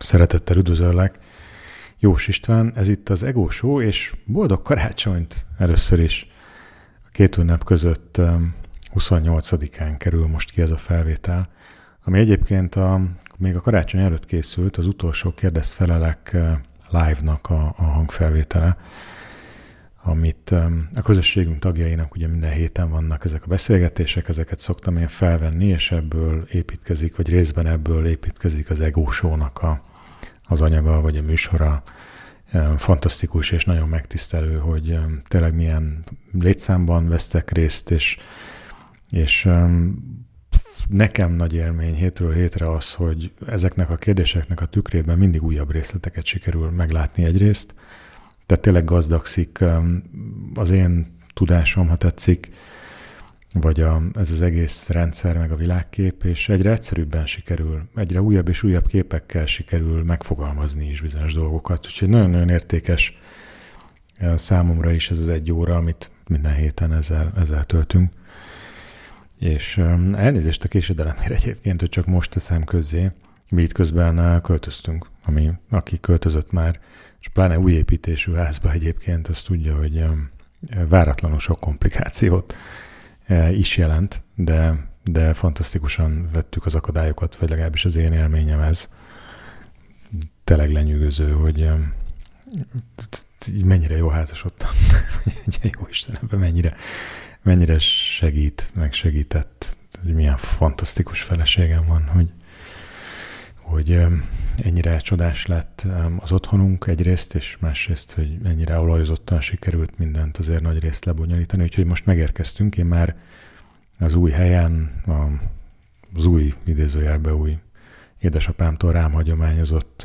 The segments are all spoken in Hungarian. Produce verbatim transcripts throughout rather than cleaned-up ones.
Szeretettel üdvözöllek, Jós István, ez itt az Ego Show, és boldog karácsonyt először is. A két ünnep között huszonnyolcadikán kerül most ki ez a felvétel, ami egyébként a, még a karácsony előtt készült, az utolsó kérdezfelelek live-nak a, a hangfelvétele, amit a közösségünk tagjainak ugye minden héten vannak ezek a beszélgetések, ezeket szoktam én felvenni, és ebből építkezik, vagy részben ebből építkezik az Ego Show-nak a, az anyaga, vagy a műsora. Fantasztikus és nagyon megtisztelő, hogy tényleg milyen létszámban vesztek részt, és, és nekem nagy élmény hétről hétre az, hogy ezeknek a kérdéseknek a tükrében mindig újabb részleteket sikerül meglátni egyrészt. Tehát tényleg gazdagszik az én tudásom, ha tetszik, vagy a, ez az egész rendszer, meg a világkép, és egyre egyszerűbben sikerül, egyre újabb és újabb képekkel sikerül megfogalmazni is bizonyos dolgokat. Úgyhogy nagyon-nagyon értékes számomra is ez az egy óra, amit minden héten ezzel, ezzel töltünk. És elnézést a késedelemért egyébként, hogy csak most teszem közzé. Mi itt közben költöztünk, ami, aki költözött már, és pláne új építésű házba egyébként, azt tudja, hogy váratlanul sok komplikációt is jelent, de, de fantasztikusan vettük az akadályokat, vagy legalábbis az én élményem ez. Tényleg lenyűgöző, hogy mennyire jó házasodtam. Jó Isten, ebben mennyire, mennyire segít, meg segített, hogy milyen fantasztikus feleségem van, hogy hogy ennyire csodás lett az otthonunk egyrészt, és másrészt, hogy ennyire olajozottan sikerült mindent azért nagy részt lebonyolítani, úgyhogy most megérkeztünk, én már az új helyen, az új, idézőjelbe új édesapámtól rám hagyományozott,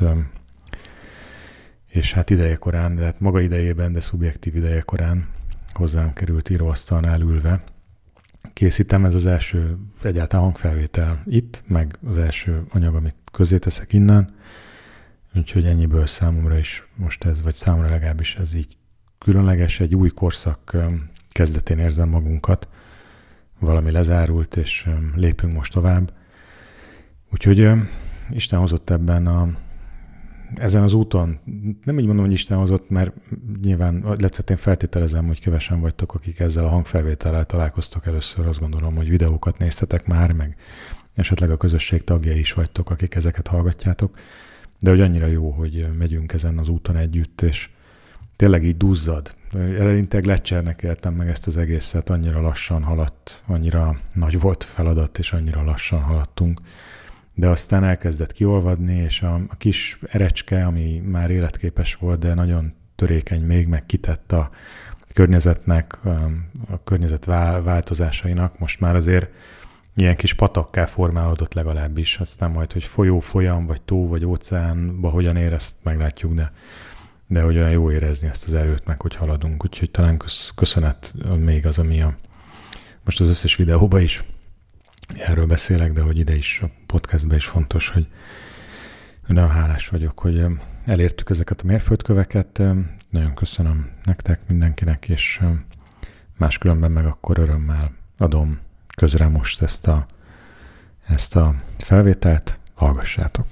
és hát idejekorán, de hát maga idejében, de szubjektív idejekorán hozzám került íróasztalnál ülve. Készítem, ez az első egyáltalán hangfelvétel itt, meg az első anyag, amit közé teszek innen, úgyhogy ennyiből számomra is most ez, vagy számomra legalábbis ez így különleges, egy új korszak kezdetén érzem magunkat, valami lezárult, és lépünk most tovább. Úgyhogy Isten hozott ebben a ezen az úton, nem így mondom, hogy Isten hozott, mert nyilván, illetve én feltételezem, hogy kevesen vagytok, akik ezzel a hangfelvétellel találkoztok először, azt gondolom, hogy videókat néztetek már, meg esetleg a közösség tagjai is vagytok, akik ezeket hallgatjátok, de hogy annyira jó, hogy megyünk ezen az úton együtt, és tényleg így duzzad. Eleinte Gletschernek éltem meg ezt az egészet, annyira lassan haladt, annyira nagy volt feladat, és annyira lassan haladtunk. De aztán elkezdett kiolvadni, és a, a kis erecske, ami már életképes volt, de nagyon törékeny még, meg kitett a környezetnek, a, a környezet változásainak, most már azért ilyen kis patakká formálódott legalábbis, aztán majd, hogy folyó, folyam, vagy tó, vagy óceánba hogyan ér, ezt meglátjuk, de, de hogy olyan jó érezni ezt az erőt, meg hogy haladunk, úgyhogy talán köszönet még az, ami a, most az összes videóban is erről beszélek, de hogy ide is, a podcastben is fontos, hogy nagyon hálás vagyok, hogy elértük ezeket a mérföldköveket. Nagyon köszönöm nektek, mindenkinek, és máskülönben meg akkor örömmel adom közre most ezt a, ezt a felvételt. Hallgassátok!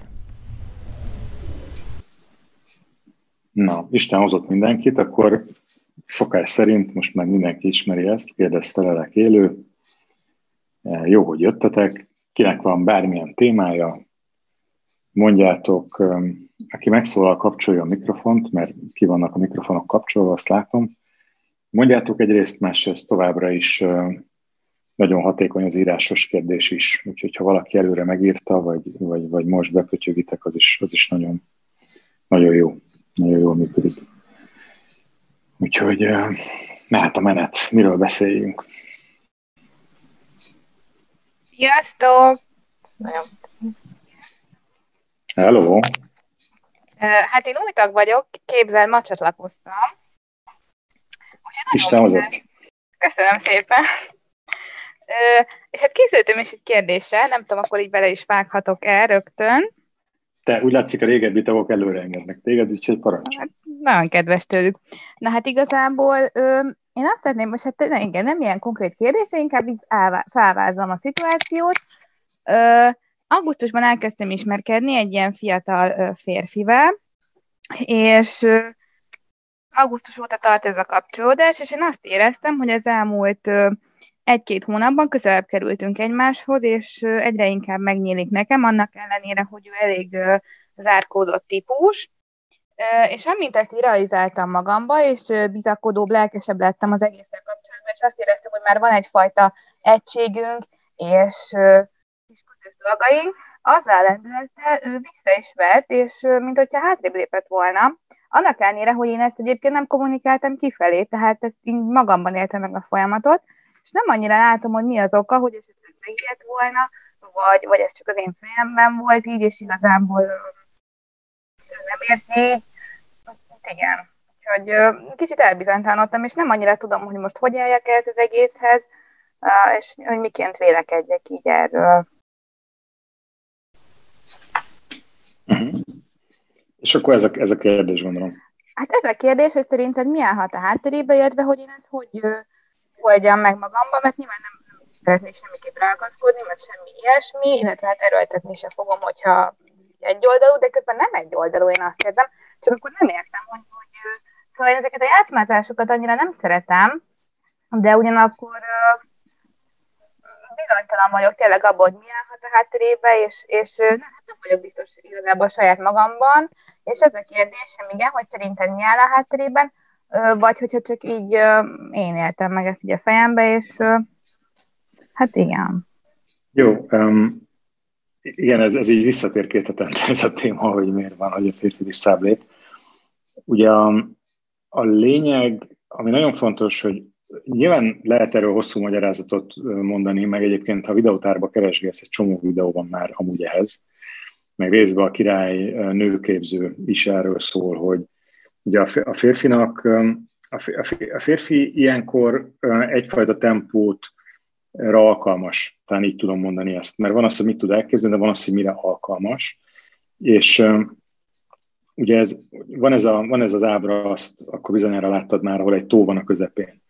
Na, Isten hozott mindenkit, akkor szokás szerint most már mindenki ismeri ezt, kérdeztelelek élő. Jó, hogy jöttetek. Kinek van bármilyen témája, mondjátok, aki megszólal, kapcsolja a mikrofont, mert ki vannak a mikrofonok kapcsolva, azt látom. Mondjátok egyrészt, másrészt továbbra is nagyon hatékony az írásos kérdés is, úgyhogy ha valaki előre megírta, vagy, vagy, vagy most bepötyögitek, az is, az is nagyon, nagyon jó, nagyon jól működik. Úgyhogy mehet a menet, miről beszéljünk. Sziasztok! Nagyon... Hello! Hát én új tag vagyok, képzeld, ma csatlakoztam. Isten hozott! Köszönöm szépen! És hát készültem is egy kérdéssel, nem tudom, akkor így bele is vághatok el rögtön. Te, úgy látszik, a régebbi tagok előre engednek téged, úgyhogy parancsolj. Hát, nagyon kedves tőlük. Na hát igazából ö, én azt szeretném, most hát ne, igen, nem ilyen konkrét kérdés, de inkább így felvázolom a szituációt. Ö, augusztusban elkezdtem ismerkedni egy ilyen fiatal férfivel, és augusztus óta tart ez a kapcsolódás, és én azt éreztem, hogy az elmúlt egy-két hónapban közelebb kerültünk egymáshoz, és egyre inkább megnyílik nekem, annak ellenére, hogy ő elég zárkózott típus, és amint ezt így realizáltam magamba, és bizakodóbb, lelkesebb lettem az egészen kapcsolatban, és azt éreztem, hogy már van egyfajta egységünk, és kis közös dolgaink, azzal lendülettel ő vissza is vett, és mint hogyha hátrébb lépett volna, annak ellenére, hogy én ezt egyébként nem kommunikáltam kifelé, tehát ezt így magamban éltem meg a folyamatot, és nem annyira látom, hogy mi az oka, hogy esetleg megijedt volna, vagy, vagy ez csak az én fejemben volt így, és igazából nem érzi így. Igen. Úgyhogy kicsit elbizonytalanodtam, és nem annyira tudom, hogy most hogy álljak ez az egészhez, és hogy miként vélekedjek így erről. Uh-huh. És akkor ez a, ez a kérdés, gondolom. Hát ez a kérdés, hogy szerinted mi állhat a hátterébe, illetve hogy én ezt hogy oldjam meg magamba, mert nyilván nem szeretnék semmiképp ragaszkodni, mert semmi ilyesmi, illetve hát erőltetni se fogom, hogyha egy oldalú, de közben nem egy oldalú, én azt érzem, csak akkor nem értem, hogy, hogy szóval ezeket a játszmázásokat annyira nem szeretem, de ugyanakkor bizonytalan vagyok tényleg abban, hogy mi állhat a hátterébe, és, és nem, nem vagyok biztos igazából saját magamban, és ez a kérdésem, igen, hogy szerinted mi áll a hátterében, vagy hogyha csak így én éltem meg ezt így a fejembe, és hát igen. Jó, um, igen, ez, ez így visszatér két hetente ez a téma, hogy miért van, hogy a férfi visszáblép. Ugye a, a lényeg, ami nagyon fontos, hogy nyilván lehet erről hosszú magyarázatot mondani, meg egyébként, ha videótárba keresgélsz, egy csomó videó van már amúgy ehhez, meg részben a király nőképző is erről szól, hogy ugye a férfinak, a férfi ilyenkor egyfajta tempót alkalmas, talán így tudom mondani ezt, mert van az, hogy mit tud elképzelni, de van az, hogy mire alkalmas, és ugye ez, van, ez a, van ez az ábra, azt akkor bizonyára láttad már, ahol egy tó van a közepén.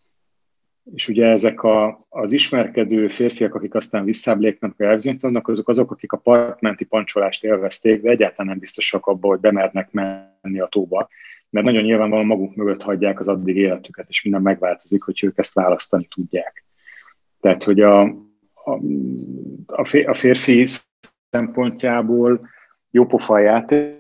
És ugye ezek a, az ismerkedő férfiak, akik aztán visszább lépnek, vagy elbizonytalanok, azok azok, akik a partmenti pancsolást élvezték, de egyáltalán nem biztosak abban, hogy bemernek menni a tóba, mert nagyon nyilvánvalóan maguk mögött hagyják az addig életüket, és minden megváltozik, hogy ők ezt választani tudják. Tehát, hogy a, a, a férfi szempontjából jópofa a játék,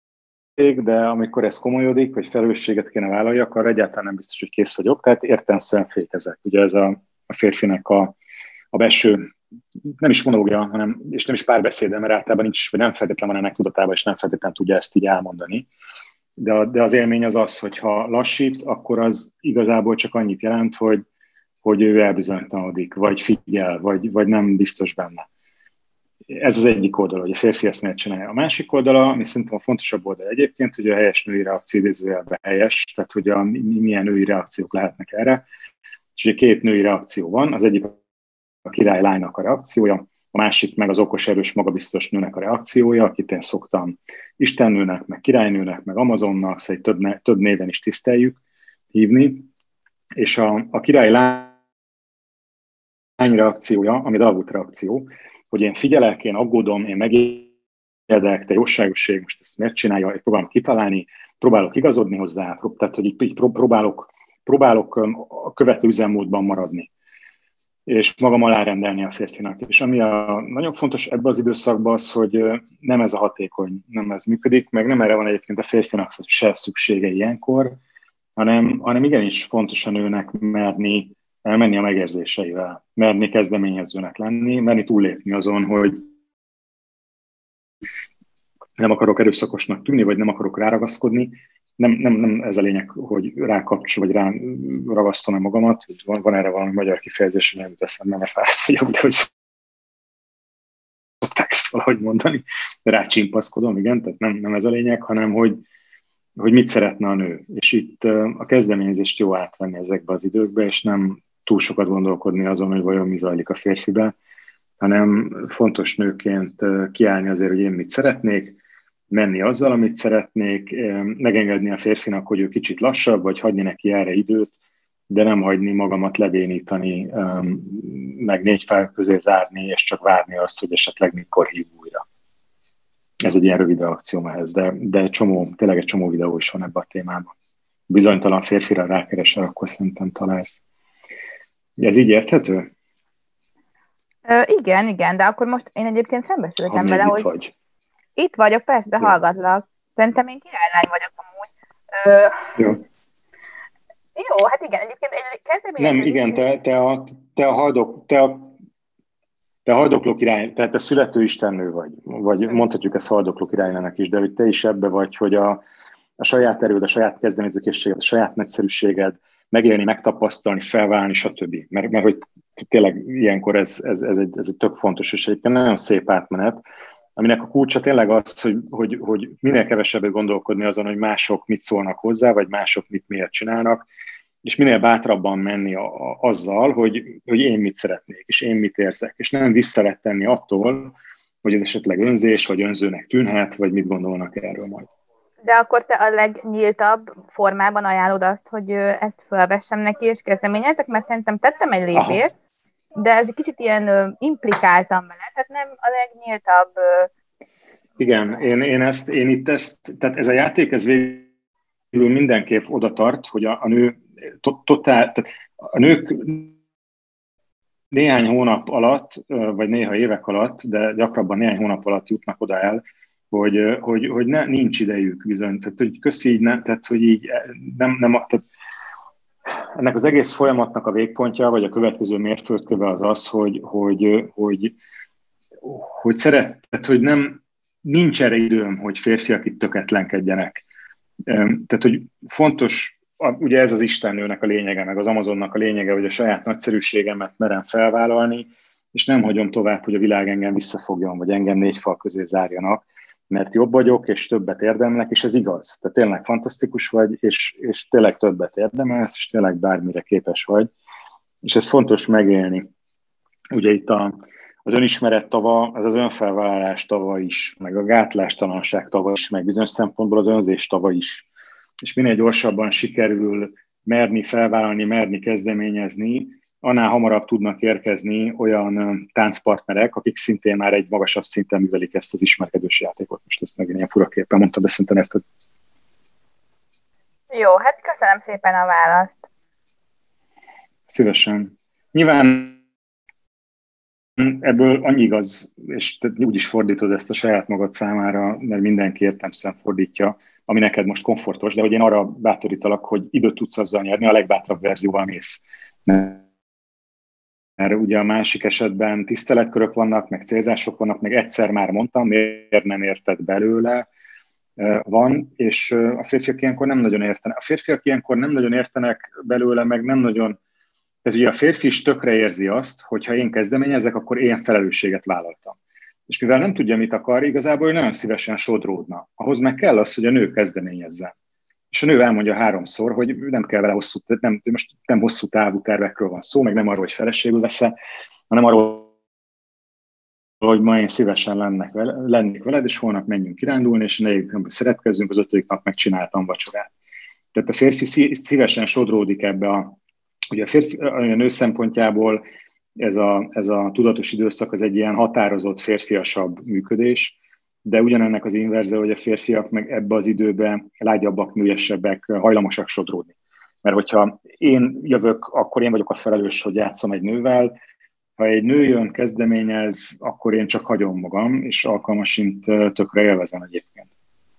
de amikor ez komolyodik, vagy felelősséget kéne vállalja, akkor egyáltalán nem biztos, hogy kész vagyok, tehát értelemszerűen fékezek. Ugye ez a, a férfinek a, a belső, nem is monológia, hanem, és nem is párbeszéde, mert általában nincs, vagy nem feltétlenül van ennek tudatában, és nem feltétlenül tudja ezt így elmondani. De, a, de az élmény az az, hogy ha lassít, akkor az igazából csak annyit jelent, hogy, hogy ő elbizonytalanodik, vagy figyel, vagy, vagy nem biztos benne. Ez az egyik oldala, hogy a férfi ezt miért csinálja. A másik oldala, ami szerintem a fontosabb oldala egyébként, hogy a helyes női reakció idézőjelben helyes, tehát hogy a, milyen női reakciók lehetnek erre. És ugye két női reakció van, az egyik a király lánynak a reakciója, a másik meg az okos, erős, magabiztos nőnek a reakciója, akit én szoktam istennőnek, meg királynőnek, meg Amazonnak, szóval több, ne, több néven is tiszteljük hívni. És a, a király lány reakciója, ami az alvút reakció, hogy én figyelek, én aggódom, én megérdek, te jóságosség, most ezt miért csinálja, én próbálom kitalálni, próbálok igazodni hozzá, tehát hogy így próbálok, próbálok a követő üzemmódban maradni, és magam alárendelni a férfinak. És ami a, nagyon fontos ebben az időszakban az, hogy nem ez a hatékony, nem ez működik, meg nem erre van egyébként a férfinak se szüksége ilyenkor, hanem, hanem igenis fontos a nőnek merni elmenni a megérzéseivel, merni kezdeményezőnek lenni, merni túllépni azon, hogy nem akarok erőszakosnak tűnni, vagy nem akarok ráragaszkodni. Nem, nem, nem ez a lényeg, hogy rákapcsol, vagy rá ragasztom magamat. Van, van erre valami magyar kifejezés, hogy nem jut eszembe, mert fáradt vagyok, de hogy szokták ezt valahogy mondani. Rácsimpaszkodom, igen, tehát nem, nem ez a lényeg, hanem hogy, hogy mit szeretne a nő. És itt a kezdeményezést jó átvenni ezekbe az időkbe, és nem túl sokat gondolkodni azon, hogy vajon mi zajlik a férfiben, hanem fontos nőként kiállni azért, hogy én mit szeretnék, menni azzal, amit szeretnék, megengedni a férfinak, hogy ő kicsit lassabb, vagy hagyni neki erre időt, de nem hagyni magamat lebénítani, meg négy fal közé zárni, és csak várni azt, hogy esetleg mikor hív újra. Ez egy ilyen rövid reakcióm ehhez, de, de csomó, tényleg egy csomó videó is van ebben a témában. Bizonytalan férfira rákeresel, akkor szerintem találsz. Ez így érthető? Ö, igen, igen, de akkor most én egyébként szembesültem vele, hogy... Vagy. Itt vagyok, persze, de hallgatlak. Szerintem én királylány vagyok amúgy. Ö... Jó. Jó, hát igen, egyébként egy kezdeményezés... Nem, igen, te, te, a, te a haldok, te a, te a haldokló király, tehát te születő istennő vagy, vagy mondhatjuk ezt haldokló királynának is, de hogy te is ebbe vagy, hogy a, a saját erőd, a saját kezdeményezőkészséged, a saját nagyszerűséged, megélni, megtapasztalni, felválni, stb. Mert, mert hogy tényleg ilyenkor ez, ez, ez, egy, ez egy tök fontos, és egyébként nagyon szép átmenet, aminek a kulcsa tényleg az, hogy, hogy, hogy minél kevesebbet gondolkodni azon, hogy mások mit szólnak hozzá, vagy mások mit miért csinálnak, és minél bátrabban menni a, a, azzal, hogy, hogy én mit szeretnék, és én mit érzek, és nem visszavettenni attól, hogy ez esetleg önzés, vagy önzőnek tűnhet, vagy mit gondolnak erről majd. De akkor te a legnyíltabb formában ajánlod azt, hogy ezt felvessem neki, és kezdeményezzek, mert szerintem tettem egy lépést, aha, de ez egy kicsit ilyen implikáltam vele, tehát nem a legnyíltabb... Igen, én, én, ezt, én itt ezt, tehát ez a játék, ez végül mindenképp oda tart, hogy a, a nő, totál, tehát a nők néhány hónap alatt, vagy néha évek alatt, de gyakrabban néhány hónap alatt jutnak oda el, hogy, hogy, hogy ne, nincs idejük bizony. Tehát, hogy köszi így, ne, tehát, hogy így nem, nem, tehát ennek az egész folyamatnak a végpontja, vagy a következő mérföldköve az az, hogy, hogy, hogy, hogy szeret, tehát, hogy nem, nincs erre időm, hogy férfiak itt töketlenkedjenek. Tehát, hogy fontos, ugye ez az istennőnek a lényege, meg az Amazonnak a lényege, hogy a saját nagyszerűségemet merem felvállalni, és nem hagyom tovább, hogy a világ engem visszafogjon, vagy engem négy fal közé zárjanak, mert jobb vagyok, és többet érdemlek, és ez igaz. Tehát tényleg fantasztikus vagy, és, és tényleg többet érdemelsz, és tényleg bármire képes vagy, és ez fontos megélni. Ugye itt a, az önismeret tava, az az önfelvállalás tava is, meg a gátlástalanság tava is, meg bizonyos szempontból az önzés tava is. És minél gyorsabban sikerül merni felvállalni, merni kezdeményezni, annál hamarabb tudnak érkezni olyan táncpartnerek, akik szintén már egy magasabb szinten művelik ezt az ismerkedős játékot. Most ezt meg ilyen furaképpen mondtam, de szerintem érted. Jó, hát köszönöm szépen a választ. Szívesen. Nyilván ebből annyi igaz, és te úgy is fordítod ezt a saját magad számára, mert mindenki értelmszerűen fordítja, ami neked most komfortos, de hogy én arra bátorítalak, hogy időt tudsz azzal nyerni, a legbátrabb verzióval mész. Mert ugye a másik esetben tiszteletkörök vannak, meg célzások vannak, meg egyszer már mondtam, miért nem érted belőle, van, és a férfiak ilyenkor nem nagyon értenek. A férfiak ilyenkor nem nagyon értenek belőle, meg nem nagyon... Tehát ugye a férfi is tökre érzi azt, hogy ha én kezdeményezek, akkor én felelősséget vállaltam. És mivel nem tudja, mit akar, igazából nagyon szívesen sodródna. Ahhoz meg kell az, hogy a nő kezdeményezzen. És a nő elmondja háromszor, hogy nem kell vele hosszú, nem, most nem hosszú távú tervekről van szó, meg nem arról, hogy feleségül vesz-e, hanem arról, hogy ma én szívesen lennek vele, lennék veled, és holnap menjünk kirándulni, és a negyedik napban szeretkezzünk, az ötödik nap megcsináltam vacsorát. Tehát a férfi szívesen sodródik ebbe a, ugye a, férfi, a nő szempontjából ez a, ez a tudatos időszak az egy ilyen határozott férfiasabb működés, de ugyanennek az inverze, hogy a férfiak meg ebbe az időbe lágyabbak, nőiesebbek, hajlamosak sodródni. Mert hogyha én jövök, akkor én vagyok a felelős, hogy játszom egy nővel. Ha egy nő jön, kezdeményez, akkor én csak hagyom magam, és alkalmasint tökre élvezem egyébként.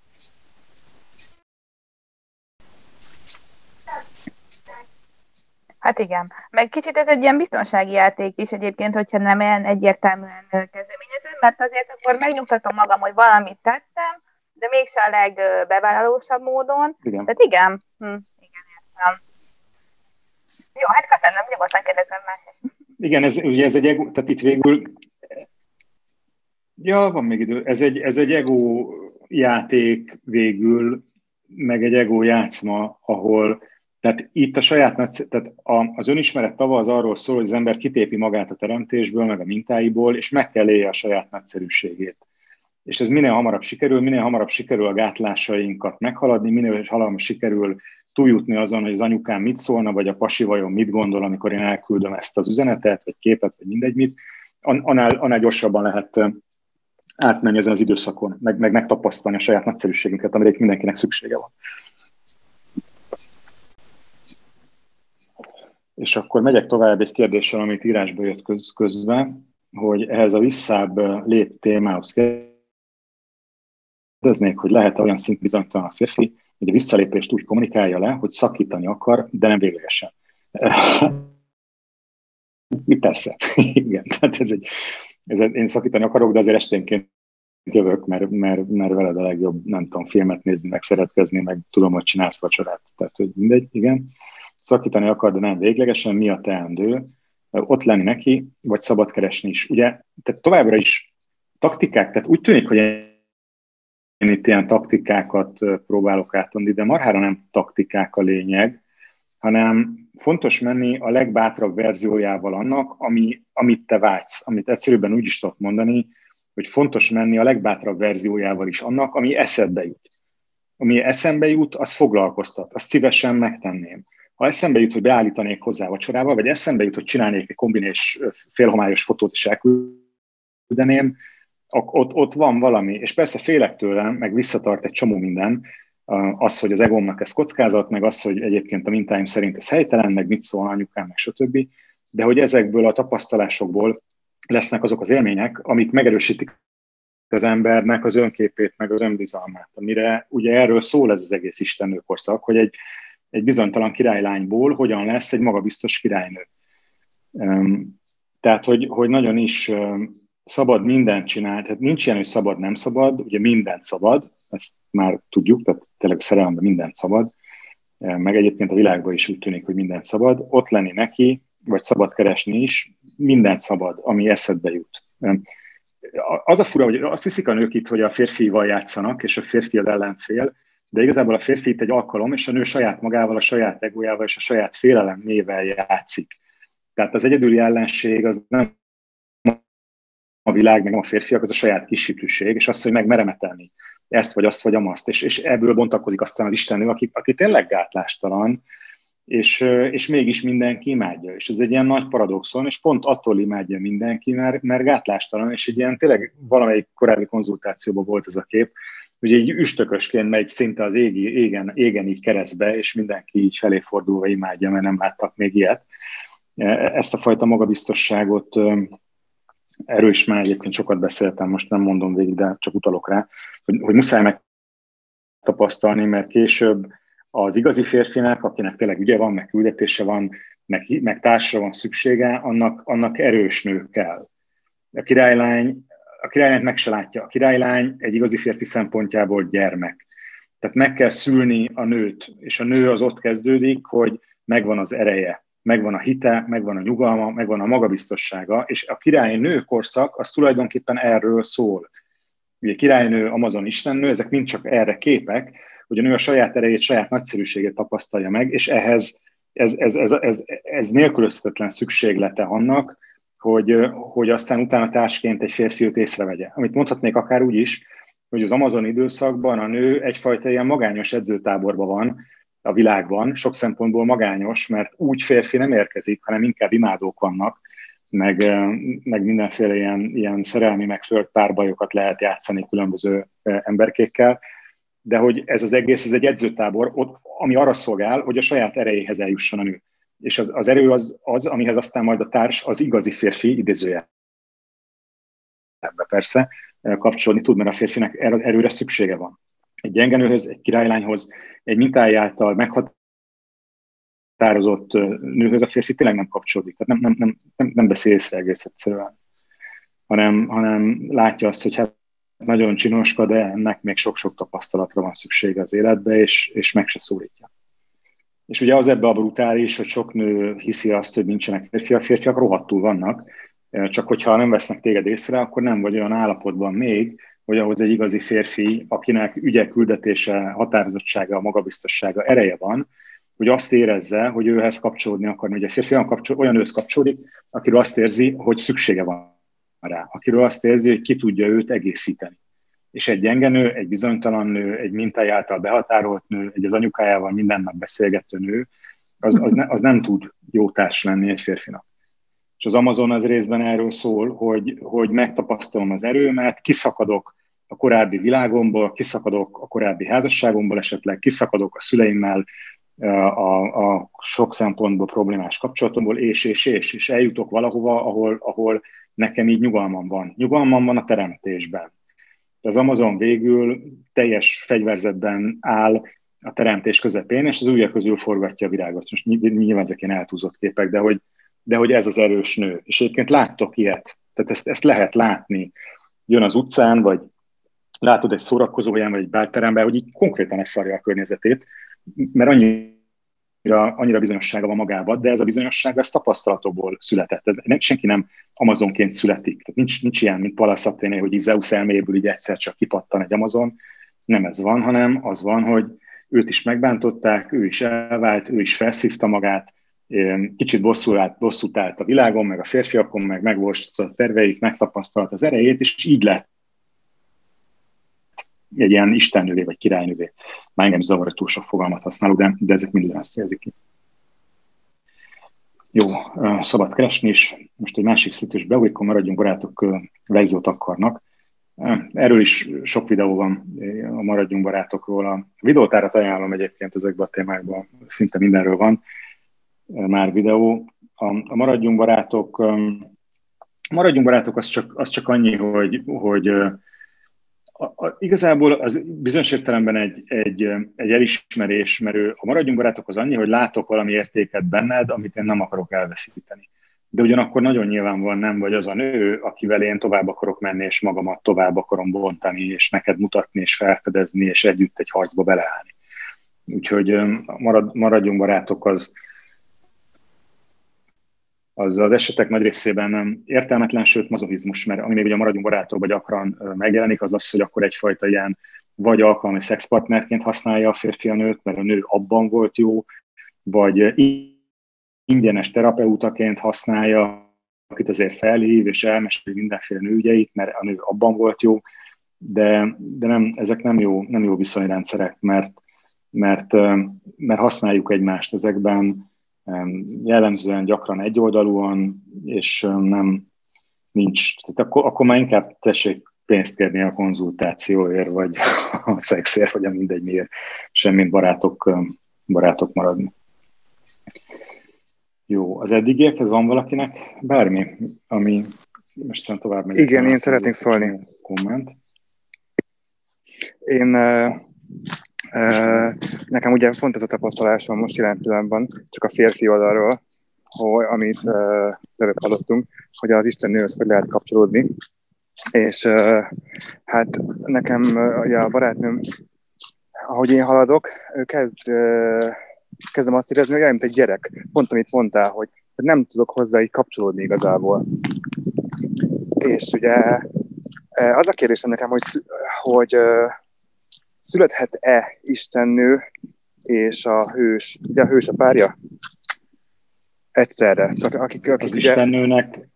Hát igen. Meg kicsit ez egy ilyen biztonsági játék is egyébként, hogyha nem ilyen egyértelműen kezdeményezem, mert azért akkor megnyugtatom magam, hogy valamit tettem, de mégse a legbevállalósabb módon. Igen. Tehát igen. Hm, igen, értem. Jó, hát köszönöm, nyugodtan kérdezem más is. Igen, ez, ugye ez egy ego, tehát itt végül, ja, van még idő, ez egy, ez egy ego játék végül, meg egy ego játszma, ahol tehát itt a saját nagy, tehát az önismeret tava az arról szól, hogy az ember kitépi magát a teremtésből, meg a mintáiból, és meg kell élje a saját nagyszerűségét. és ez minél hamarabb sikerül, minél hamarabb sikerül a gátlásainkat meghaladni, minél hamarabb sikerül túljutni azon, hogy az anyukám mit szólna, vagy a pasi vajon mit gondol, amikor én elküldöm ezt az üzenetet, vagy képet, vagy mindegy mit, annál, annál gyorsabban lehet átmenni ezen az időszakon, meg, meg megtapasztalni a saját nagyszerűségünket, amire itt mindenkinek szüksége van. És akkor megyek tovább egy kérdéssel, amit írásba jött köz, közben, hogy ehhez a visszább lép témához kérdeznék, hogy lehet-e olyan szint bizonytalan a férfi, hogy a visszalépést úgy kommunikálja le, hogy szakítani akar, de nem véglegesen. Persze, igen, tehát ez egy, ez egy, én szakítani akarok, de azért esténként jövök, mert, mert, mert veled a legjobb, nem tudom, filmet nézni, meg szeretkezni, meg tudom, hogy csinálsz vacsorát, tehát hogy mindegy, igen. Szakítani akar, de nem véglegesen, mi a teendő? Ott lenni neki, vagy szabad keresni is. Ugye, tehát továbbra is taktikák, tehát úgy tűnik, hogy én itt ilyen taktikákat próbálok átadni, de marhára nem taktikák a lényeg, hanem fontos menni a legbátrabb verziójával annak, ami, amit te vágysz, amit egyszerűbben úgy is tudok mondani, hogy fontos menni a legbátrabb verziójával is annak, ami eszedbe jut. Ami eszembe jut, az foglalkoztat, azt szívesen megtenném. Ha eszembe jut, hogy beállítanék hozzá vacsorába, vagy eszembe jut, hogy csinálnék egy kombinés félhomályos fotót és elküldeném, ott, ott van valami. És persze félek tőlem, meg visszatart egy csomó minden, az, hogy az egómnak ez kockázat, meg az, hogy egyébként a mintáim szerint ez helytelen, meg mit szól anyukám, meg stb. De hogy ezekből a tapasztalásokból lesznek azok az élmények, amik megerősítik az embernek az önképét, meg az önbizalmát, amire ugye erről szól ez az egész istennő korszak, hogy egy, egy bizonytalan királylányból hogyan lesz egy magabiztos királynő. Tehát, hogy, hogy nagyon is szabad mindent csinálni, tehát nincs ilyen, hogy szabad, nem szabad, ugye mindent szabad, ezt már tudjuk, tehát tényleg szerelemben mindent szabad, meg egyébként a világban is úgy tűnik, hogy mindent szabad, ott lenni neki, vagy szabad keresni is, mindent szabad, ami eszedbe jut. Az a fura, hogy azt hiszik a nők itt, hogy a férfival játszanak, és a férfi az ellenfél, de igazából a férfi itt egy alkalom, és a nő saját magával, a saját egójával és a saját félelemével játszik. Tehát az egyedüli ellenség az nem a világ, meg nem a férfiak, az a saját kis és az, hogy meg merem etelni ezt, vagy azt, vagy amazt. És, és ebből bontakozik aztán az istennő, aki, aki tényleg gátlástalan, és, és mégis mindenki imádja. És ez egy ilyen nagy paradoxon, és pont attól imádja mindenki, mert, mert gátlástalan, és egy ilyen tényleg valamelyik korábbi konzultációban volt ez a kép, hogy egy üstökösként megy szinte az égi, égen, égen így keresztbe, és mindenki így felé fordulva imádja, mert nem láttak még ilyet. Ezt a fajta magabiztosságot, erről is már egyébként sokat beszéltem, most nem mondom végig, de csak utalok rá, hogy, hogy muszáj megtapasztalni, mert később az igazi férfinek, akinek tényleg ügye van, meg küldetése van, meg, meg társra van szüksége, annak, annak erős nő kell. A királylány, a királylányt meg se látja. A királylány egy igazi férfi szempontjából gyermek. Tehát meg kell szülni a nőt, és a nő az ott kezdődik, hogy megvan az ereje, megvan a hite, megvan a nyugalma, megvan a magabiztossága, és a királynő korszak az tulajdonképpen erről szól. Ugye királynő, Amazon istennő, ezek mind csak erre képek, hogy a nő a saját erejét, saját nagyszerűségét tapasztalja meg, és ehhez ez, ez, ez, ez, ez nélkülözhetetlen szükséglete annak, hogy, hogy aztán utána társként egy férfi őt észrevegye. Amit mondhatnék akár úgy is, hogy az Amazon időszakban a nő egyfajta ilyen magányos edzőtáborban van a világban, sok szempontból magányos, mert úgy férfi nem érkezik, hanem inkább imádók vannak, meg, meg mindenféle ilyen, ilyen szerelmi, meg flört párbajokat lehet játszani különböző emberkékkel, de hogy ez az egész, ez egy edzőtábor, ott, ami arra szolgál, hogy a saját erejéhez eljusson a nő. És az, az erő az, az, amihez aztán majd a társ, az igazi férfi idézője. Ebbe persze kapcsolni tud, mert a férfinek erőre szüksége van. Egy gyengenőhöz, egy királylányhoz, egy mintája által meghatározott nőhöz a férfi tényleg nem kapcsolódik. Tehát nem, nem, nem, nem beszél észre egész egyszerűen, hanem, hanem látja azt, hogy hát nagyon csinoska, de ennek még sok-sok tapasztalatra van szüksége az életbe, és, és meg se szólítja. És ugye az ebbe a brutális, hogy sok nő hiszi azt, hogy nincsenek férfiak, férfiak rohadtul vannak, csak hogyha nem vesznek téged észre, akkor nem vagy olyan állapotban még, hogy ahhoz egy igazi férfi, akinek ügye, küldetése, határozottsága, magabiztossága, ereje van, hogy azt érezze, hogy őhez kapcsolódni akar. Ugye a férfi olyan, kapcsol, olyan ősz kapcsolódik, akiről azt érzi, hogy szüksége van rá, akiről azt érzi, hogy ki tudja őt egészíteni. És egy gyenge nő, egy bizonytalan nő, egy mintája által behatárolt nő, egy az anyukájával minden nap beszélgető nő, az, az, ne, az nem tud jó társ lenni egy férfinak. És az Amazon az részben erről szól, hogy, hogy megtapasztalom az erőmet, kiszakadok a korábbi világomból, kiszakadok a korábbi házasságomból, esetleg kiszakadok a szüleimmel, a, a sok szempontból problémás kapcsolatomból, és, és, és, és eljutok valahova, ahol, ahol nekem így nyugalmam van. Nyugalmam van a teremtésben. Az Amazon végül teljes fegyverzetben áll a teremtés közepén, és az ujjak közül forgatja a virágot. Most nyilván ezek ilyen eltúzott képek, de hogy, de hogy ez az erős nő. És egyébként láttok ilyet. Tehát ezt, ezt lehet látni. Jön az utcán, vagy látod egy szórakozóhelyen, vagy egy bárteremben, hogy így konkrétan leszarja a környezetét, mert annyira, annyira bizonyossága van magában, de ez a bizonyosság az tapasztalatokból született. Ez nem, senki nem Amazonként születik. Tehát nincs, nincs ilyen, mint Pallas Athéné, hogy Zeus elméjéből így egyszer csak kipattan egy Amazon. Nem ez van, hanem az van, hogy őt is megbántották, ő is elvált, ő is felszívta magát, kicsit bosszút állt, bosszút állt a világon, meg a férfiakon, meg megvósította a terveit, megtapasztalt az erejét, és így lett egy ilyen istennővé, vagy királynővé. Már engem zavar, hogy túl sok fogalmat használok, de, de ezek mind azt jelzik ki. Jó, szabad keresni is. Most egy másik szitős beugrik, maradjunk barátok, Vejzót akarnak. Erről is sok videó van a maradjunk barátokról. A videótárat ajánlom egyébként ezekben a témákban, szinte mindenről van már videó. A, a maradjunk barátok, a maradjunk barátok az csak, az csak annyi, hogy, hogy A, a, igazából az bizonyos értelemben egy, egy, egy elismerés, mert ő, a maradjunk barátok az annyi, hogy látok valami értéket benned, amit én nem akarok elveszíteni. De ugyanakkor nagyon nyilvánvalóan nem vagy az a nő, akivel én tovább akarok menni, és magamat tovább akarom bontani, és neked mutatni, és felfedezni, és együtt egy harcba beleállni. Úgyhogy marad, maradjunk barátok az, az az esetek nagy részében nem értelmetlen, sőt mazochizmus, mert ami még ugye a maradjunk barátokban gyakran megjelenik, az az, hogy akkor egyfajta ilyen vagy alkalmi szexpartnerként használja a férfi a nőt, mert a nő abban volt jó, vagy ingyenes terapeutaként használja, akit azért felhív, és elmesél mindenféle nőügyeit, mert a nő abban volt jó, de, de nem, ezek nem jó, nem jó viszonyrendszerek, mert, mert, mert használjuk egymást ezekben, jellemzően gyakran egyoldalúan, és nem nincs. Tehát akkor, akkor már inkább tessék pénzt kérni a konzultációért, vagy a szexért, vagy a mindegy miért, semmint barátok, barátok maradni. Jó, az eddigiekhez van valakinek bármi, ami most tovább megy? Igen, én szeretnék szólni. Komment. Én... Uh... Uh, nekem ugye pont ez a tapasztalásom most jelen pillanatban, csak a férfi oldalról, hogy, amit uh, előbb hallottunk, hogy az istennőhöz hogy lehet kapcsolódni. És uh, hát nekem uh, a barátnőm, ahogy én haladok, ő kezd, uh, kezdem azt érezni, hogy olyan, mint egy gyerek. Pont amit mondtál, hogy nem tudok hozzá így kapcsolódni igazából. És ugye uh, az a kérdésem nekem, hogy, hogy uh, születhet-e istennő és a hős, ugye a hős a párja? Egyszerre. Akik, akik az ugye, istennőnek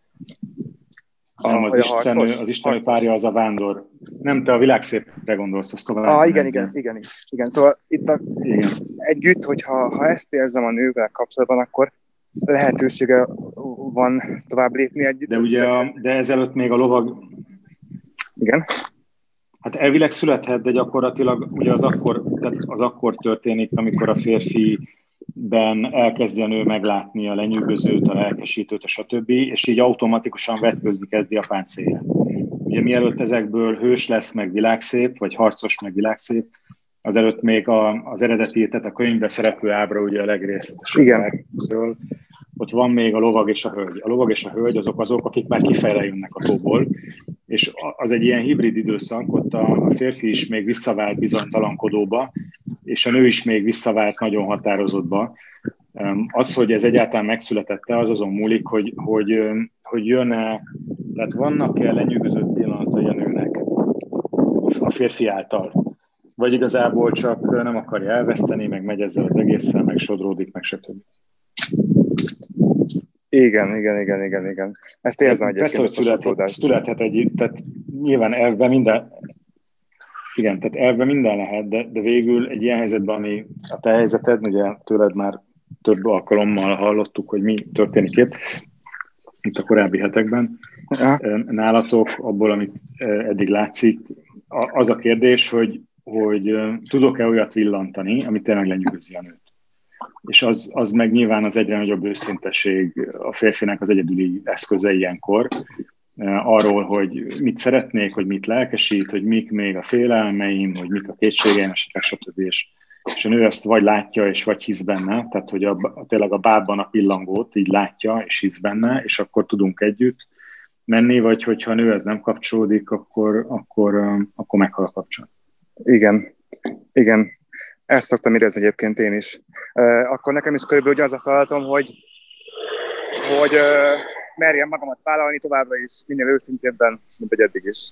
nem, az, istennő, harcos, az istennő harcos. párja az a vándor. Nem, te a világszépre gondolsz, azt tovább. Ah, igen, igen, igen, igen. Szóval itt a, igen. együtt, hogyha ha ezt érzem a nővel kapcsolatban, akkor lehetősége van tovább lépni együtt. De ugye, a, de ezelőtt még a lovag... Igen. Hát elvileg születhet, de gyakorlatilag ugye az akkor, tehát az akkor történik, amikor a férfiben elkezdi a nő meglátni a lenyűgözőt, a lelkesítőt, a stb., és így automatikusan vetközni kezdi a páncélja. Ugye mielőtt ezekből hős lesz, meg világszép, vagy harcos, meg világszép, azelőtt még a, az eredeti, tehát a könyvben szereplő ábra ugye a legrészletesebb. Ott van még a lovag és a hölgy. A lovag és a hölgy azok azok, akik már kifejre jönnek a tóból, és az egy ilyen hibrid időszak, ott a férfi is még visszavált bizonytalankodóba, és a nő is még visszavált nagyon határozottba. Az, hogy ez egyáltalán megszületette, az azon múlik, hogy, hogy, hogy jön-e, tehát vannak-e lenyűgözött pillanatai a nőnek a férfi által, vagy igazából csak nem akarja elveszteni, meg megy ezzel az egésszel, meg sodródik, meg stb. Igen, igen, igen, igen, igen. Ezt érzem egyébként. Persze, hogy születhet, születhet egy, tehát nyilván elvben minden, Igen, tehát elve minden lehet, de, de végül egy ilyen helyzetben, ami a te helyzeted, ugye tőled már több alkalommal hallottuk, hogy mi történik itt, itt a korábbi hetekben. Nálatok, abból, amit eddig látszik, az a kérdés, hogy, hogy tudok-e olyat villantani, amit tényleg lenyűgözi a nőt. És az, az meg nyilván az egyre nagyobb őszintesség a férfinek az egyedüli eszköze ilyenkor, arról, hogy mit szeretnék, hogy mit lelkesít, hogy mik még a félelmeim, hogy mik a kétségeim, esetleg stb. És, és a nő ezt vagy látja, és vagy hisz benne, tehát hogy a, tényleg a bábban a pillangót így látja, és hisz benne, és akkor tudunk együtt menni, vagy hogyha a nő ez nem kapcsolódik, akkor, akkor, akkor meghal a kapcsolat. Igen, igen. Ezt szoktam érezni egyébként én is. Uh, akkor nekem is körülbelül ugyanaz a feladatom, hogy, hogy uh, merjem magamat vállalni továbbra is, minél őszintébben, mint egy eddig is.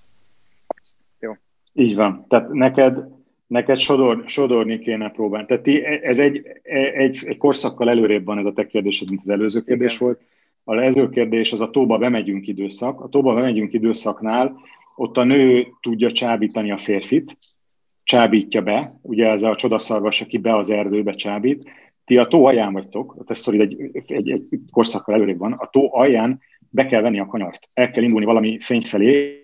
Jó. Így van. Tehát neked, neked sodor, sodorni kéne próbálni. Tehát ez egy, egy, egy korszakkal előrébb van ez a te kérdésed, mint az előző kérdés Igen. volt. Az előző kérdés az a tóba bemegyünk időszak. A tóba bemegyünk időszaknál ott a nő tudja csábítani a férfit, csábítja be, ugye ez a csodaszarvas, aki be az erdőbe csábít. Ti a tó alján vagytok, ez szorít egy, egy, egy korszakkal előrébb van, a tó alján be kell venni a kanyart. El kell indulni valami fény felé,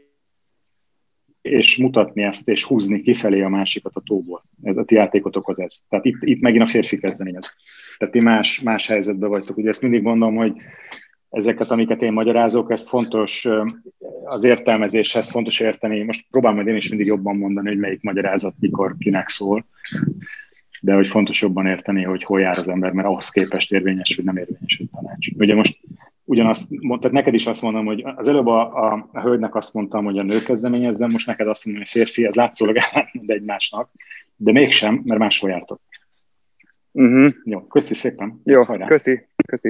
és mutatni ezt, és húzni kifelé a másikat a tóból. Ez a ti játékotok az ez. Tehát itt, itt megint a férfi kezdeményez. Tehát ti más, más helyzetben vagytok. Ugye ezt mindig mondom, hogy ezeket, amiket én magyarázok, ezt fontos az értelmezéshez, fontos érteni. Most próbálom majd én is mindig jobban mondani, hogy melyik magyarázat mikor kinek szól, de hogy fontos jobban érteni, hogy hol jár az ember, mert ahhoz képest érvényes, hogy nem érvényes egy tanács. Ugye most ugyanazt, tehát neked is azt mondom, hogy az előbb a, a, a hölgynek azt mondtam, hogy a nő kezdeményezzen, most neked azt mondom, hogy a férfi, ez látszólag ellentmond egymásnak, de mégsem, mert máshol jártok. Uh-huh. Jó, köszi szépen. Jó, Hajrá. köszi, köszi.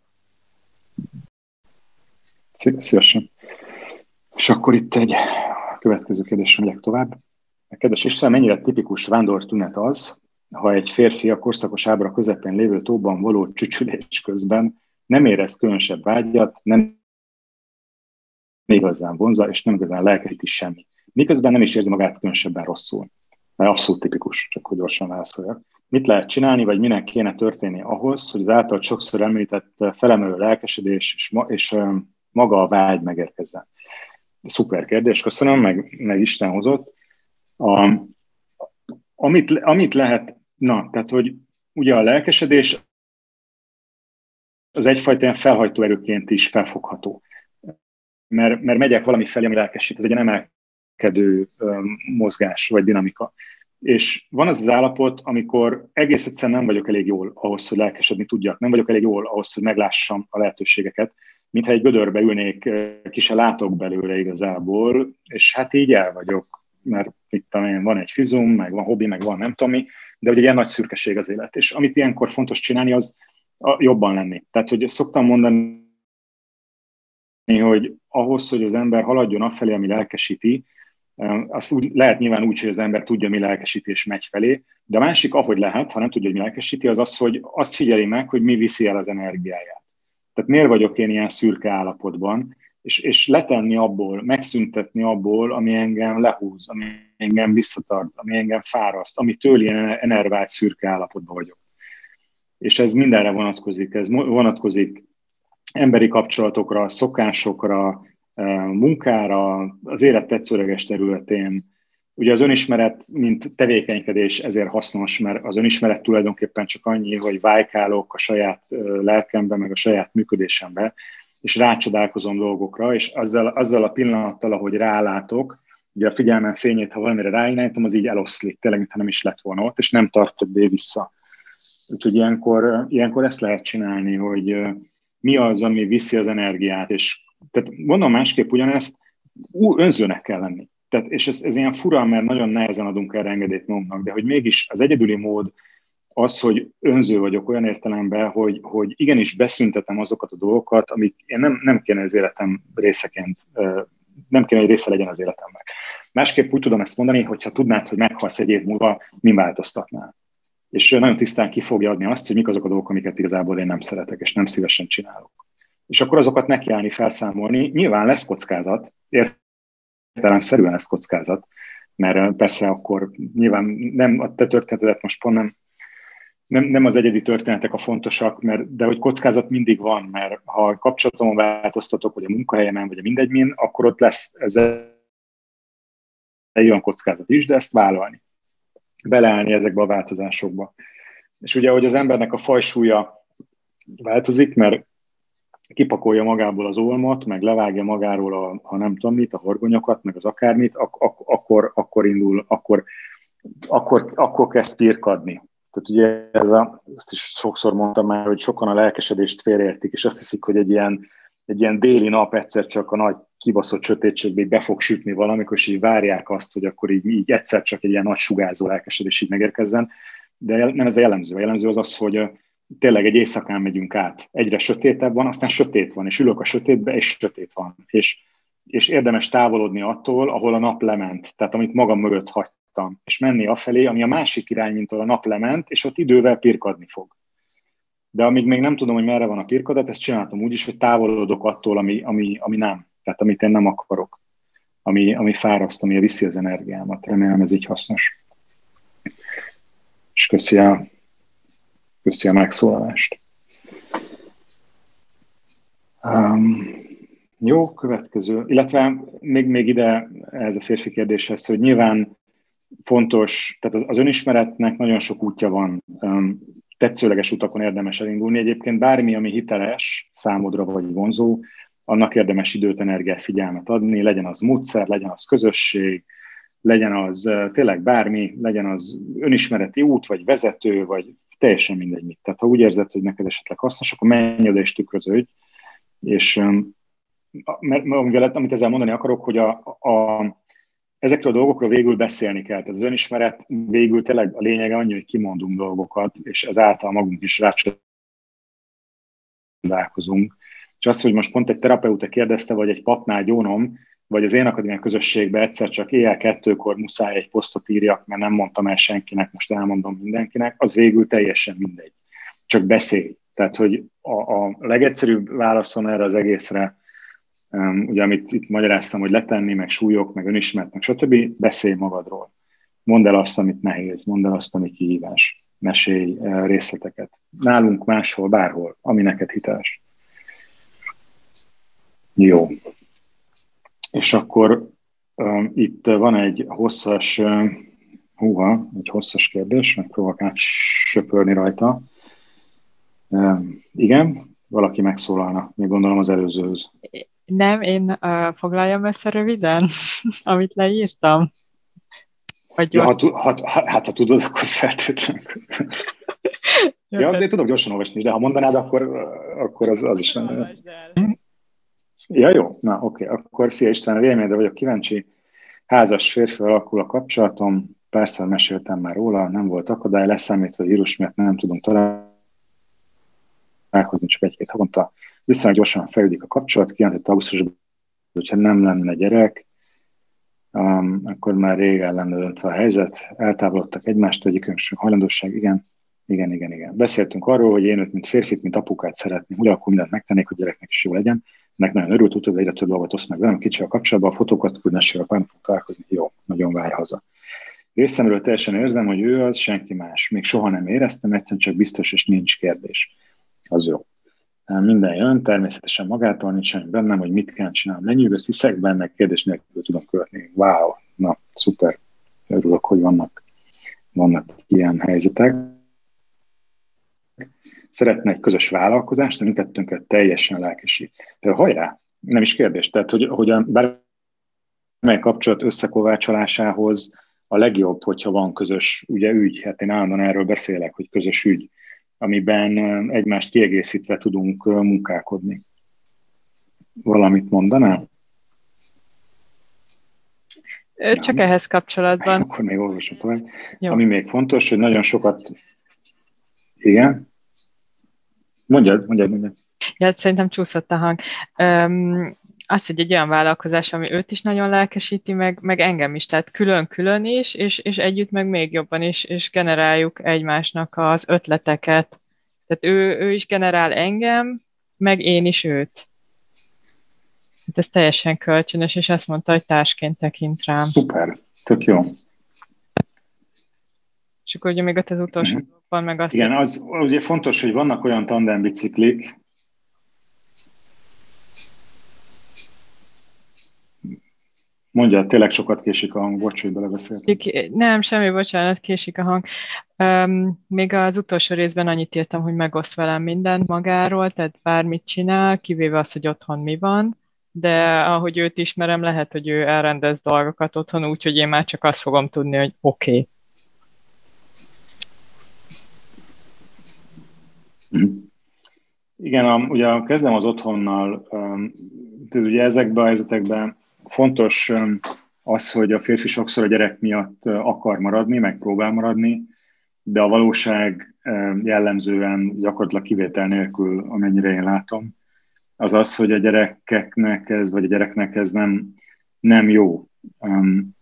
Szívesen. És akkor itt egy következő kérdésre megyek tovább. Kedves István, mennyire tipikus vándortünet az, ha egy férfi a korszakos ábra közepén lévő tóban való csücsülés közben nem érez különösebb vágyat, nem igazán vonza, és nem igazán lelkesít is semmi. Miközben nem is érzi magát különösebben rosszul. Mert abszolút tipikus, csak hogy gyorsan válaszoljak. Mit lehet csinálni, vagy minek kéne történni ahhoz, hogy az által sokszor említett felemelő lelkesedés és, ma, és maga a vágy megérkezzen? Szuper kérdés, köszönöm, meg, meg Isten hozott. A, amit, amit lehet, na, tehát, hogy ugye a lelkesedés az egyfajta ilyen felhajtó erőként is felfogható. Mert, mert megyek valami felé, ami lelkesít, ez egy emelkedő um, mozgás vagy dinamika. És van az az állapot, amikor egész egyszerűen nem vagyok elég jól ahhoz, hogy lelkesedni tudjak, nem vagyok elég jól ahhoz, hogy meglássam a lehetőségeket, mintha egy gödörbe ülnék, ki se látok belőle igazából, és hát így el vagyok, mert itt van egy fizum, meg van hobbi, meg van nem tudom mi, de hogy egy ilyen nagy szürkeség az élet. És amit ilyenkor fontos csinálni, az jobban lenni. Tehát, hogy szoktam mondani, hogy ahhoz, hogy az ember haladjon afelé, ami lelkesíti, azt úgy, lehet nyilván úgy, hogy az ember tudja, mi lelkesíti, és megy felé, de a másik, ahogy lehet, ha nem tudja, hogy mi lelkesíti, az az, hogy azt figyeli meg, hogy mi viszi el az energiáját. Tehát miért vagyok én ilyen szürke állapotban, és, és letenni abból, megszüntetni abból, ami engem lehúz, ami engem visszatart, ami engem fáraszt, ami től ilyen enervált szürke állapotban vagyok. És ez mindenre vonatkozik. Ez vonatkozik emberi kapcsolatokra, szokásokra, munkára, az élet tetszőleges területén. Ugye az önismeret, mint tevékenykedés ezért hasznos, mert az önismeret tulajdonképpen csak annyi, hogy vájkálok a saját lelkembe, meg a saját működésembe, és rácsodálkozom dolgokra, és azzal, azzal a pillanattal, ahogy rálátok, ugye a figyelmem fényét, ha valamire ráirányítom, az így eloszlik, tényleg, mintha nem is lett volna ott, és nem tart többé vissza. Úgyhogy ilyenkor, ilyenkor ezt lehet csinálni, hogy mi az, ami viszi az energiát, és tehát mondom másképp ugyanezt, ú, önzőnek kell lenni. Tehát, és ez, ez ilyen fura, mert nagyon nehezen adunk erre engedélyt magunknak, de hogy mégis az egyedüli mód az, hogy önző vagyok olyan értelemben, hogy, hogy igenis beszüntetem azokat a dolgokat, amik én nem, nem kéne az életem részeként, nem kéne, hogy része legyen az életemnek. Másképp úgy tudom ezt mondani, hogyha tudnád, hogy meghalsz egy év múlva, mi változtatnál. És nagyon tisztán ki fogja adni azt, hogy mik azok a dolgok, amiket igazából én nem szeretek, és nem szívesen csinálok. És akkor azokat nekiállni, felszámolni. Nyilván lesz kockázat, értelemszerűen lesz kockázat, mert persze akkor nyilván nem a te történetedet most pont nem, nem, nem az egyedi történetek a fontosak, mert, de hogy kockázat mindig van, mert ha a kapcsolatomon változtatok, vagy a munkahelyemen, vagy a mindegy min, akkor ott lesz ezzel egy olyan kockázat is, de ezt vállalni. Beleállni ezekbe a változásokba. És ugye, hogy az embernek a fajsúlya változik, mert kipakolja magából az olmot, meg levágja magáról a, ha nem tudom mit, a horgonyokat, meg az akármit, ak- ak- akkor, akkor indul, akkor, akkor, akkor kezd pirkadni. Tehát ugye ez a, ezt is sokszor mondtam már, hogy sokan a lelkesedést félreértik, és azt hiszik, hogy egy ilyen, egy ilyen déli nap egyszer csak a nagy kibaszott sötétségbe be fog sütni valamikor, és így várják azt, hogy akkor így, így egyszer csak egy ilyen nagy sugárzó lelkesedés így megérkezzen. De nem ez a jellemző. A jellemző az az, hogy tényleg egy éjszakán megyünk át. Egyre sötétebb van, aztán sötét van, és ülök a sötétbe, és sötét van. És, és érdemes távolodni attól, ahol a nap lement, tehát amit magam mögött hagytam, és menni afelé, ami a másik irány, mint ahol a nap lement, és ott idővel pirkadni fog. De amíg még nem tudom, hogy merre van a pirkadat, ezt csináltam úgy is, hogy távolodok attól, ami, ami, ami nem. Tehát amit én nem akarok. Ami, ami fáraszt, ami viszi az energiámat. Remélem ez így hasznos. És köszi a, köszi a megszólalást. Um, jó, következő. Illetve még, még ide ez a férfi kérdéshez, hogy nyilván fontos, tehát az, az önismeretnek nagyon sok útja van. Um, tetszőleges utakon érdemes elindulni. Egyébként bármi, ami hiteles számodra vagy vonzó, annak érdemes időt, energiát, figyelmet adni, legyen az módszer, legyen az közösség, legyen az tényleg bármi, legyen az önismereti út, vagy vezető, vagy teljesen mindegy mit. Tehát ha úgy érzed, hogy neked esetleg hasznos, akkor menj oda és tükröződj. És mert, mert, amit ezzel mondani akarok, hogy a, a, ezekről a dolgokról végül beszélni kell. Tehát az önismeret végül tényleg a lényege annyi, hogy kimondunk dolgokat, és ezáltal magunk is rácsodálkozunk. És az, hogy most pont egy terapeuta kérdezte, vagy egy papnál gyónom, vagy az én akadémiai közösségben egyszer csak éjjel kettőkor muszáj egy posztot írjak, mert nem mondtam el senkinek, most elmondom mindenkinek, az végül teljesen mindegy. Csak beszélj. Tehát, hogy a, a legegyszerűbb válaszom erre az egészre, um, ugye amit itt magyaráztam, hogy letenni, meg súlyok, meg önismert, meg stb., beszélj magadról. Mondd el azt, amit nehéz, mondd el azt, ami kihívás. Mesélj uh, részleteket. Nálunk, máshol, bárhol, ami neked hiteles. Jó. És akkor um, itt van egy hosszas, uh, húha, egy hosszas kérdés, megpróbálok átsöpörni rajta. Um, igen, valaki megszólalna, még gondolom az előzőhöz. Nem, én uh, foglaljam össze röviden, amit leírtam. Vagy ja, ha, ha, ha, hát ha tudod, akkor feltétlenül. Ja, de tudom gyorsan olvasni, de ha mondanád, akkor, akkor az, az is nem. Ja, jó. Na, oké. Okay. Akkor szia István, a véleményedre vagyok kíváncsi. Házas férfi alakul a kapcsolatom, párszor meséltem már róla, nem volt akadály, leszámítva a vírus miatt nem tudunk találkozni, csak egy-két havonta. Viszonylag gyorsan fejlődik a kapcsolat, kijelentett augusztusban, hogyha nem lenne gyerek, um, akkor már rég el lenne döntve a helyzet, eltávolodtak egymást, egyikünk sem hajlandóság, igen, igen, igen, igen. Beszéltünk arról, hogy én őt, mint férfit, mint apukát szeretném, úgy akkor mindent megtennék, hogy gyereknek is jó legyen. Ennek nagyon örült, utóbb egyre több dolgot osz meg velem, kicsi a kapcsolatban, a fotókat küld, mesél, a pár fog találkozni, jó, nagyon vár haza. Részemről teljesen érzem, hogy ő az, senki más. Még soha nem éreztem, egyszerűen csak biztos, és nincs kérdés. Az jó. Minden jön, természetesen magától nincs semmi bennem, hogy mit kell csinálni. Lenyűgöz, hiszek benne, kérdés nélkül tudom követni. Wow, na, szuper. Örülök, hogy vannak, vannak ilyen helyzetek. Szeretne egy közös vállalkozást, de mindkettőnket teljesen lelkesít. De hajrá, nem is kérdés. Tehát, hogy, hogy a bármely kapcsolat összekovácsolásához a legjobb, hogyha van közös ugye, ügy. Hát én állandóan erről beszélek, hogy közös ügy, amiben egymást kiegészítve tudunk munkálkodni. Valamit mondanál? Csak nem. Ehhez kapcsolatban. Akkor még olvasom tovább. Ami még fontos, hogy nagyon sokat... Igen? Mondjad, mondjad, mondjad. Ja, szerintem csúszott a hang. Um, az, hogy egy olyan vállalkozás, ami őt is nagyon lelkesíti, meg, meg engem is, tehát külön-külön is, és, és együtt meg még jobban is, és generáljuk egymásnak az ötleteket. Tehát ő, ő is generál engem, meg én is őt. Hát ez teljesen kölcsönös, és azt mondta, hogy társként tekint rám. Szuper. Tök jó. És akkor ugye még ott az utolsó Uh-huh. van, meg azt... Igen, az ugye fontos, hogy vannak olyan tandembiciklik, mondja, tényleg sokat késik a hang, bocs, hogy belebeszéltem. Nem, semmi, bocsánat, késik a hang. Um, még az utolsó részben annyit írtam, hogy megoszt velem mindent magáról, tehát bármit csinál, kivéve az, hogy otthon mi van, de ahogy őt ismerem, lehet, hogy ő elrendez dolgokat otthon, úgyhogy én már csak azt fogom tudni, hogy oké. Okay. Igen, a, ugye kezdem az otthonnal, um, ugye ezekben a helyzetekben fontos um, az, hogy a férfi sokszor a gyerek miatt uh, akar maradni, meg próbál maradni, de a valóság um, jellemzően gyakorlatilag kivétel nélkül, amennyire én látom, az az, hogy a gyerekeknek ez, vagy a gyereknek ez nem, nem jó. Um,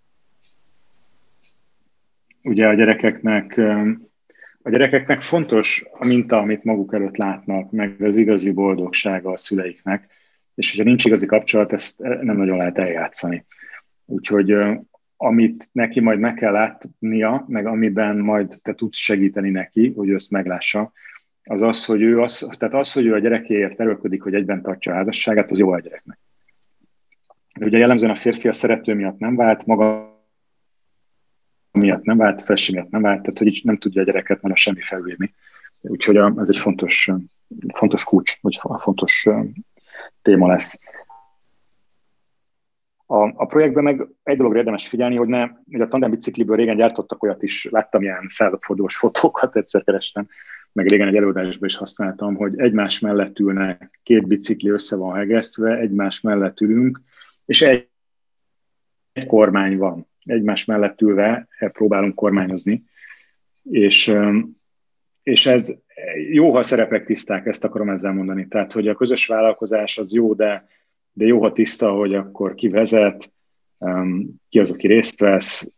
ugye a gyerekeknek um, A gyerekeknek fontos a minta, amit maguk előtt látnak, meg az igazi boldogsága a szüleiknek, és hogyha nincs igazi kapcsolat, ezt nem nagyon lehet eljátszani. Úgyhogy amit neki majd meg kell látnia, meg amiben majd te tudsz segíteni neki, hogy ő ezt meglássa, az az, hogy ő, az, tehát az, hogy ő a gyerekéért erőlködik, hogy egyben tartsa a házasságát, az jó a gyereknek. Ugye jellemzően a férfi a szerető miatt nem vált, maga miatt nem vált, felső miatt nem vált, tehát hogy így nem tudja a gyereket már semmi felvírni. Úgyhogy ez egy fontos, fontos kulcs, vagy fontos téma lesz. A, a projektben meg egy dologra érdemes figyelni, hogy ne, hogy a tandembicikliből régen gyártottak olyat is, láttam ilyen századfordulós fotókat, egyszer kerestem, meg régen egy előadásban is használtam, hogy egymás mellett ülnek, két bicikli össze van hegesztve, egymás mellett ülünk, és egy, egy kormány van. Egymás mellett ülve próbálunk kormányozni, és, és ez jó, ha a szerepek tiszták, ezt akarom ezzel mondani. Tehát, hogy a közös vállalkozás az jó, de, de jó, ha tiszta, hogy akkor ki vezet, ki az, aki részt vesz.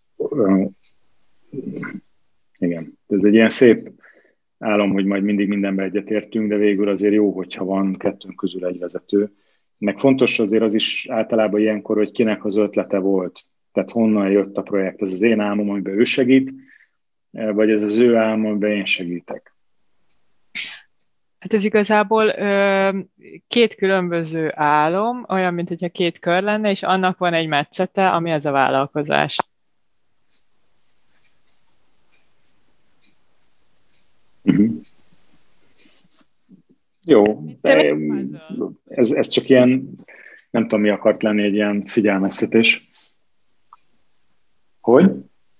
Igen, ez egy ilyen szép álom, hogy majd mindig mindenben egyetértünk, de végül azért jó, hogyha van kettőnk közül egy vezető. Meg fontos azért az is általában ilyenkor, hogy kinek az ötlete volt. Tehát honnan jött a projekt? Ez az én álmom, amiben ő segít, vagy ez az ő álmom, amiben én segítek? Hát ez igazából ö, két különböző álom, olyan, mint hogyha két kör lenne, és annak van egy metszete, ami ez a vállalkozás. Uh-huh. Jó. Ez, ez csak ilyen, nem tudom, mi akart lenni, egy ilyen figyelmeztetés. Hogy?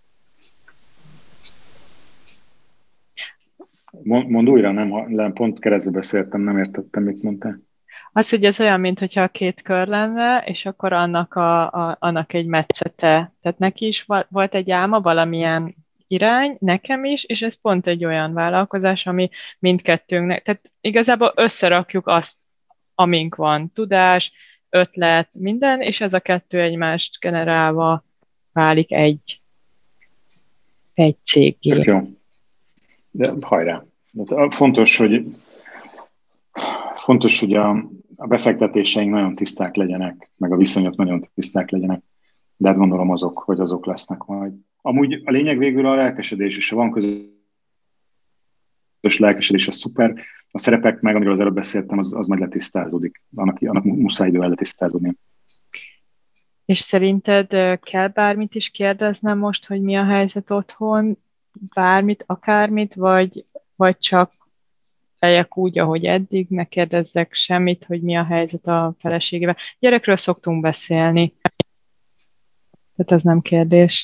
Mondd újra, nem, nem pont keresztbe beszéltem, nem értettem, mit mondtál. Az, hogy ez olyan, mintha két kör lenne, és akkor annak, a, a, annak egy metszete. Tehát neki is volt egy álma, valamilyen irány, nekem is, és ez pont egy olyan vállalkozás, ami mindkettőnknek, tehát igazából összerakjuk azt, amink van, tudás, ötlet, minden, és ez a kettő egymást generálva válik egy, egy céggé. Jó. De hajrá. Fontos, hogy fontos, hogy a, a befektetéseink nagyon tiszták legyenek, meg a viszonyok nagyon tiszták legyenek, de hát gondolom azok, hogy azok lesznek majd. Amúgy a lényeg végül a lelkesedés, és ha van közös lelkesedés, az szuper. A szerepek meg, amiről az előbb beszéltem, az, az majd letisztázódik. Annak, annak muszáj idővel letisztázódni. És szerinted kell bármit is kérdeznem most, hogy mi a helyzet otthon? Bármit, akármit, vagy, vagy csak legyek úgy, ahogy eddig, ne kérdezzek semmit, hogy mi a helyzet a feleségével. Gyerekről szoktunk beszélni. Tehát ez nem kérdés.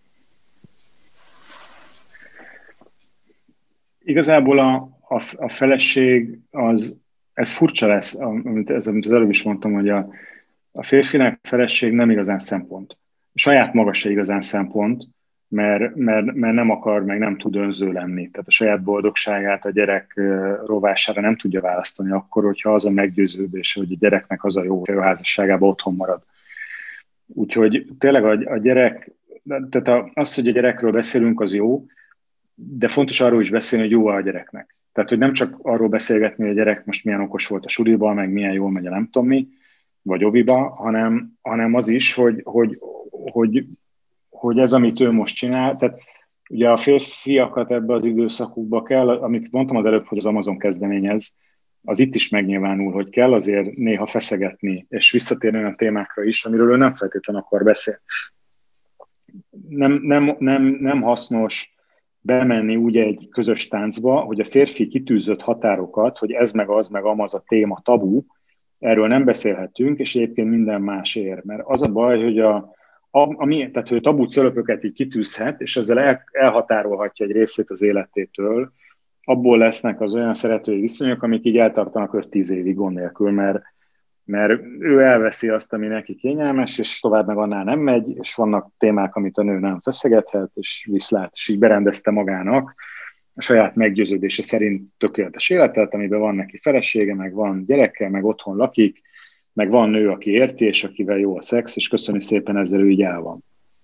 Igazából a, a, a feleség, az, ez furcsa lesz, amit, ez, amit az előbb is mondtam, hogy a, a férfinek a feleség nem igazán szempont. A saját maga se igazán szempont, mert, mert, mert nem akar, meg nem tud önző lenni. Tehát a saját boldogságát a gyerek rovására nem tudja választani akkor, hogyha az a meggyőződés, hogy a gyereknek az a jó, hogy a házasságában otthon marad. Úgyhogy tényleg a, a gyerek, tehát az, hogy a gyerekről beszélünk, az jó, de fontos arról is beszélni, hogy jó a gyereknek. Tehát, hogy nem csak arról beszélgetni, hogy a gyerek most milyen okos volt a suliban, meg milyen jól megy a nem tudom mi, vagy oviba, hanem, hanem az is, hogy, hogy, hogy, hogy ez, amit ő most csinál, tehát ugye a férfiakat ebbe az időszakukba kell, amit mondtam az előbb, hogy az Amazon kezdeményez, az itt is megnyilvánul, hogy kell azért néha feszegetni, és visszatérni olyan témákra is, amiről ő nem feltétlenül akar beszélni. Nem, nem, nem, nem hasznos bemenni úgy egy közös táncba, hogy a férfi kitűzött határokat, hogy ez meg az, meg amaz a téma tabu, erről nem beszélhetünk, és egyébként minden más ér. Mert az a baj, hogy a, a, a mi, tehát, hogy tabu cölöpöket így kitűzhet, és ezzel el, elhatárolhatja egy részét az életétől, abból lesznek az olyan szeretői viszonyok, amik így eltartanak öt-tíz évig gond nélkül, mert, mert ő elveszi azt, ami neki kényelmes, és tovább meg annál nem megy, és vannak témák, amit a nő nem feszegethet, és viszlát, és így berendezte magának a saját meggyőződése szerint tökéletes életet, amiben van neki felesége, meg van gyereke, meg otthon lakik, meg van nő, aki érti, és akivel jó a szex, és köszönjük szépen, ezzel ő így el van.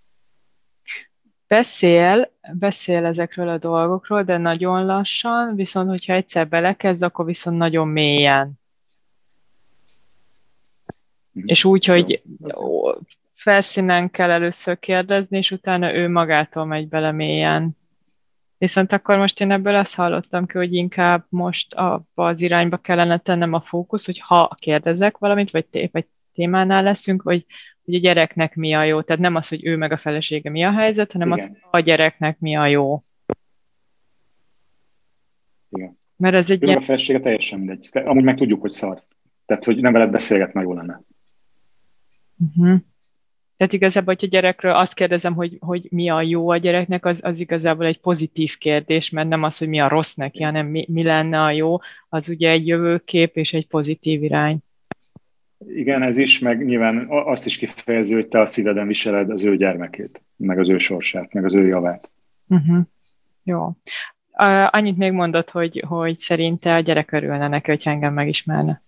Beszél, beszél ezekről a dolgokról, de nagyon lassan, viszont hogyha egyszer belekezd, akkor viszont nagyon mélyen. Mm. És úgy, hogy felszínen kell először kérdezni, és utána ő magától megy bele mélyen. Viszont akkor most én ebből azt hallottam ki, hogy inkább most abba az irányba kellene tennem a fókusz, hogy ha kérdezek valamit, vagy, té- vagy témánál leszünk, hogy, hogy a gyereknek mi a jó. Tehát nem az, hogy ő meg a felesége mi a helyzet, hanem a, a gyereknek mi a jó. Igen. Mert ez egy ő ilyen... a felesége teljesen mindegy. Amúgy meg tudjuk, hogy szar. Tehát, hogy nem veled beszélget, meg jó lenne. Uh-huh. Tehát igazából, hogy a gyerekről azt kérdezem, hogy, hogy mi a jó a gyereknek, az, az igazából egy pozitív kérdés, mert nem az, hogy mi a rossz neki, hanem mi, mi lenne a jó, az ugye egy jövőkép és egy pozitív irány. Igen, ez is, meg nyilván azt is kifejező, hogy te a szíveden viseled az ő gyermekét, meg az ő sorsát, meg az ő javát. Uh-huh. Jó. Uh, annyit még mondott, hogy, hogy szerinte a gyerek örülne neki, hogy engem megismerne.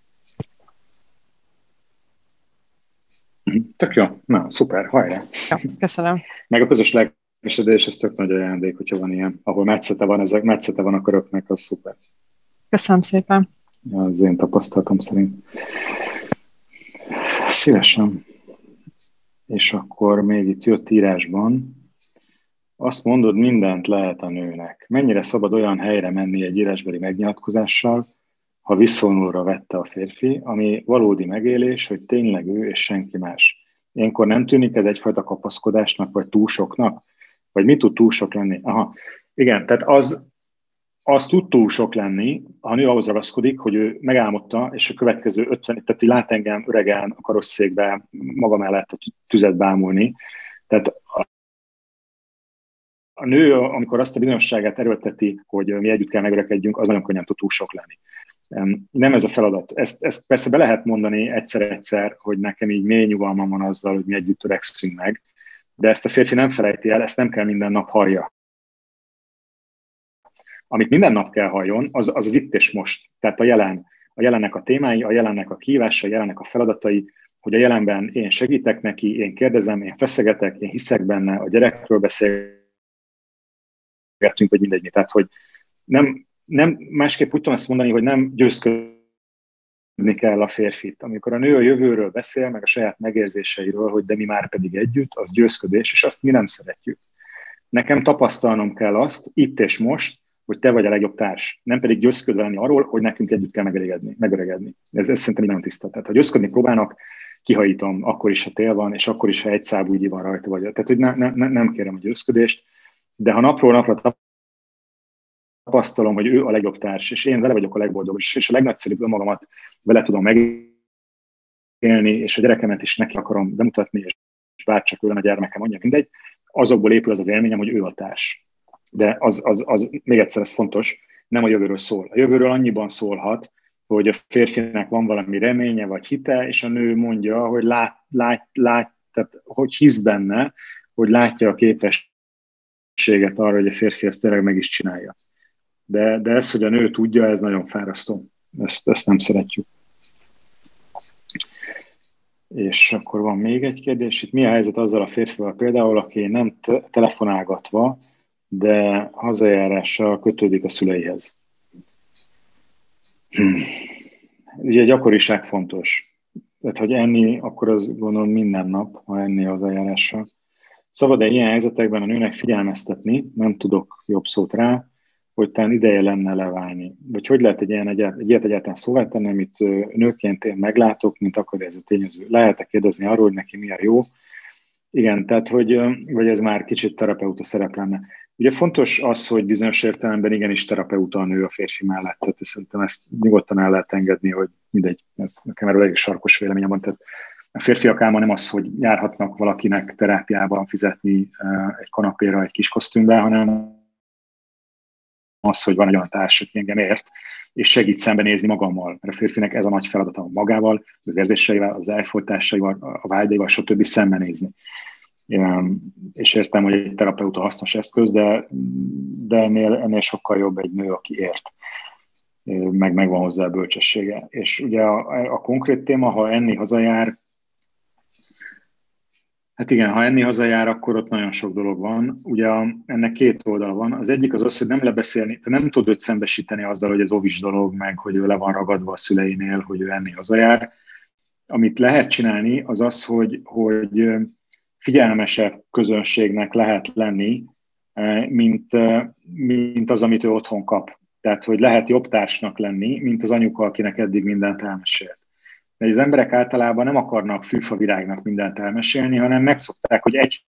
Tök jó. Na, szuper, hajrá. Jó, köszönöm. Meg a közös lelkesedés, ez tök nagy ajándék, hogyha van ilyen. Ahol metszete van, ezek, metszete van a köröknek, az szuper. Köszönöm szépen. Az én tapasztalatom szerint. Szívesen. És akkor még itt jött írásban. Azt mondod, mindent lehet a nőnek. Mennyire szabad olyan helyre menni egy írásbeli megnyilatkozással, ha viszonulra vette a férfi, ami valódi megélés, hogy tényleg ő és senki más. Ilyenkor nem tűnik ez egyfajta kapaszkodásnak, vagy túl soknak? Vagy mi tud túl sok lenni? Aha, igen, tehát az, az tud túl sok lenni, ha a nő ahhoz ragaszkodik, hogy ő megálmodta, és a következő ötven, tehát lát engem öregen a karosszékbe maga mellett a tüzet bámulni. Tehát a, a nő, amikor azt a bizonyosságát erőlteti, hogy mi együtt kell megörekedjünk, az nagyon könnyen tud túl sok lenni. Nem ez a feladat. Ezt, ezt persze be lehet mondani egyszer-egyszer, hogy nekem így mély nyugalmam van azzal, hogy mi együtt öregszünk meg, de ezt a férfi nem felejti el, ezt nem kell minden nap hallja. Amit minden nap kell halljon, az az, az itt és most. Tehát a jelen. A jelennek a témái, a jelennek a kihívása, a jelennek a feladatai, hogy a jelenben én segítek neki, én kérdezem, én feszegetek, én hiszek benne, a gyerekről beszélgetünk, vagy mindegy. Tehát, hogy nem, nem másképp úgy tudom ezt mondani, hogy nem győzködni kell a férfit. Amikor a nő a jövőről beszél, meg a saját megérzéseiről, hogy de mi már pedig együtt, az győzködés, és azt mi nem szeretjük. Nekem tapasztalnom kell azt, itt és most, hogy te vagy a legjobb társ, nem pedig győzködve lenni arról, hogy nekünk együtt kell megöregedni. megöregedni. Ez, ez szerintem nem tiszta. Tehát, ha győzködni próbálnak, kihajítom, akkor is, ha tél van, és akkor is, ha egy szábúgyi van rajta vagy. Tehát, hogy ne, ne, nem kérem a győzködést, de ha napról napra tapasztalom, hogy ő a legjobb társ, és én vele vagyok a legboldogabb, és a legnagyszerűbb önmagamat vele tudom megélni, és a gyerekemet is neki akarom bemutatni, és bárcsak ő a gyermekem, mondja mindegy, azokból épül az az élményem, hogy ő a társ. De az, az, az, még egyszer ez fontos, nem a jövőről szól. A jövőről annyiban szólhat, hogy a férfinek van valami reménye vagy hite, és a nő mondja, hogy lát, lát, lát tehát, hogy hisz benne, hogy látja a képességet arra, hogy a férfi ezt tényleg meg is csinálja. De, de ez, hogy a nő tudja, ez nagyon fárasztó. Ezt, ezt nem szeretjük. És akkor van még egy kérdés. Itt mi a helyzet azzal a férfival például, aki nem te- telefonálgatva, de hazajárással kötődik a szüleihez? Hm. Ugye a gyakoriság fontos. Tehát, hogy enni, akkor az gondolom minden nap, ha enni hazajárással. szabad-e ilyen helyzetekben a nőnek figyelmeztetni, nem tudok jobb szót rá, hogy talán ideje lenne leválni. Vagy hogy lehet egy, ilyen, egy, egy ilyet egyáltalán szóvá tenni, amit nőként én meglátok, mint akadályozó tényező. Lehet-e kérdezni arról, hogy neki mi a jó? Igen, tehát, hogy vagy ez már kicsit terapeuta szerep lenne. Ugye fontos az, hogy bizonyos értelemben igenis terapeuta a nő a férfi mellett. Tehát szerintem ezt nyugodtan el lehet engedni, hogy mindegy, ez nekem erről elég sarkos véleményem van. Tehát a férfiak álma nem az, hogy járhatnak valakinek terápiában fizetni egy kanapéra, egy kis kosztümben, hanem az, hogy van egy olyan társ, aki engem ért, és segít szembenézni magammal. Mert a férfinek ez a nagy feladata magával, az érzéseivel, az elfolytásaival, a vágyaival, stb. Szembenézni. És értem, hogy egy terapeuta hasznos eszköz, de, de ennél, ennél sokkal jobb egy nő, aki ért. Meg megvan hozzá a bölcsessége. És ugye a, a konkrét téma, ha enni hazajár, hát igen, ha enni hazajár, akkor ott nagyon sok dolog van. Ugye ennek két oldala van. Az egyik az az, hogy nem lebeszélni, te nem tudod őt szembesíteni azzal, hogy ez ovis dolog, meg hogy ő le van ragadva a szüleinél, hogy ő enni hazajár. Amit lehet csinálni, az az, hogy, hogy figyelmesebb közönségnek lehet lenni, mint, mint az, amit ő otthon kap. Tehát, hogy lehet jobb társnak lenni, mint az anyuka, akinek eddig mindent elmesélt. De az emberek általában nem akarnak fűfavirágnak mindent elmesélni, hanem megszokták, hogy egy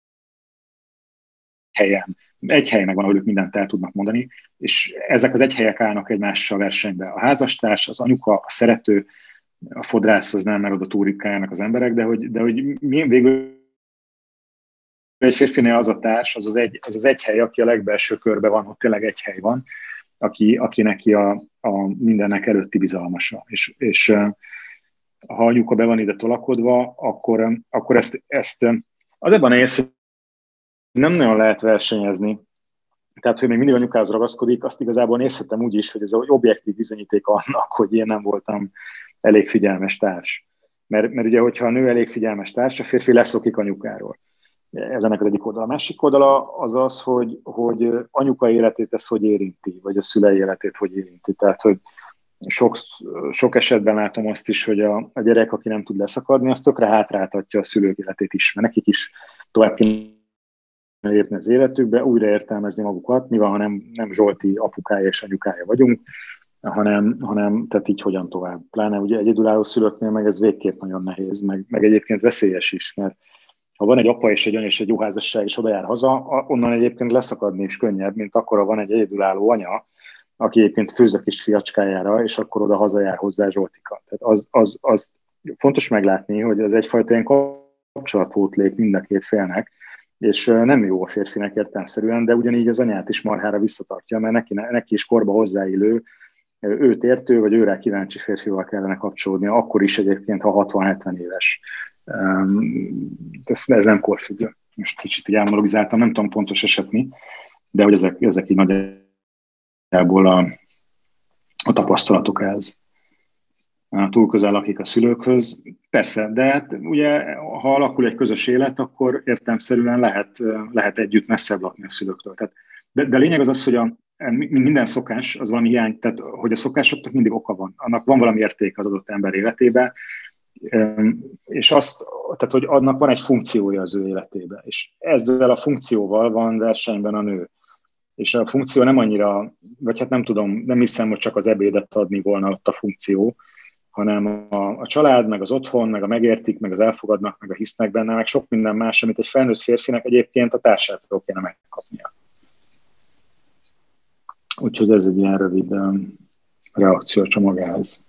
helyen, egy helyen megvan, ahol ők mindent el tudnak mondani, és ezek az egy helyek állnak egymással versenybe. A házastárs, az anyuka, a szerető, a fodrász az nem, mert oda túl ritkán járnak az emberek, de hogy, de hogy milyen végül egy férfinél az a társ, az az, egy, az az egy hely, aki a legbelső körben van, ott tényleg egy hely van, aki, aki neki a, a mindennek előtti bizalmasa. És, és ha anyuka be van ide tolakodva, akkor, akkor ezt, ezt az ebben nehéz, hogy nem nagyon lehet versenyezni. Tehát, hogy még mindig anyukához ragaszkodik, azt igazából nézhetem úgy is, hogy ez egy objektív bizonyíték annak, hogy én nem voltam elég figyelmes társ. Mert, mert ugye, hogyha a nő elég figyelmes társ, a férfi leszokik anyukáról. Ez ennek az egyik oldala. A másik oldala az az, hogy, hogy anyuka életét ez hogy érinti, vagy a szülei életét hogy érinti. Tehát, hogy sok, sok esetben látom azt is, hogy a, a gyerek, aki nem tud leszakadni, az tökre hátráltatja a szülők életét is, mert nekik is tovább kéne lépni az életükbe, újra értelmezni magukat, mi van, ha nem, nem Zsolti apukája és anyukája vagyunk, hanem, hanem tehát így hogyan tovább. Pláne ugye egyedülálló szülőknél meg ez végképp nagyon nehéz, meg, meg egyébként veszélyes is, mert ha van egy apa és egy anya és egy jó házasság, és oda jár haza, onnan egyébként leszakadni is könnyebb, mint akkor, ha van egy egyedülálló anya, aki egyébként főz a kis fiacskájára, és akkor oda hazajár hozzá Zsoltika. Tehát az, az, az fontos meglátni, hogy ez egyfajta ilyen kapcsolatpótlék mind a két félnek, és nem jó a férfinek értelemszerűen, de ugyanígy az anyát is marhára visszatartja, mert neki, neki is korba hozzáillő, őt értő, vagy őrá kíváncsi férfival kellene kapcsolódnia, akkor is egyébként, ha hatvan-hetven éves. Ez, ez nem korfüggő. Most kicsit így elmonologizáltam, nem tudom pontos eset mi, de hogy ezek, ezek így nagyjából a, a tapasztalatok ez. Túl közel lakik a szülőkhöz. Persze, de hát ugye, ha alakul egy közös élet, akkor értelemszerűen lehet, lehet együtt messzebb lakni a szülőktől. Tehát, de, de a lényeg az az, hogy a, minden szokás, az valami hiány, tehát hogy a szokásoknak mindig oka van. Annak van valami értéke az adott ember életében, és azt, tehát hogy annak van egy funkciója az ő életében. És ezzel a funkcióval van versenyben a nő. És a funkció nem annyira, vagy hát nem tudom, nem hiszem, hogy csak az ebédet adni volna ott a funkció, hanem a, a család, meg az otthon, meg a megértik, meg az elfogadnak, meg a hisznek benne, meg sok minden más, amit egy felnőtt férfinek egyébként a társától kéne megkapnia. Úgyhogy ez egy ilyen rövid um, reakció a csomagához.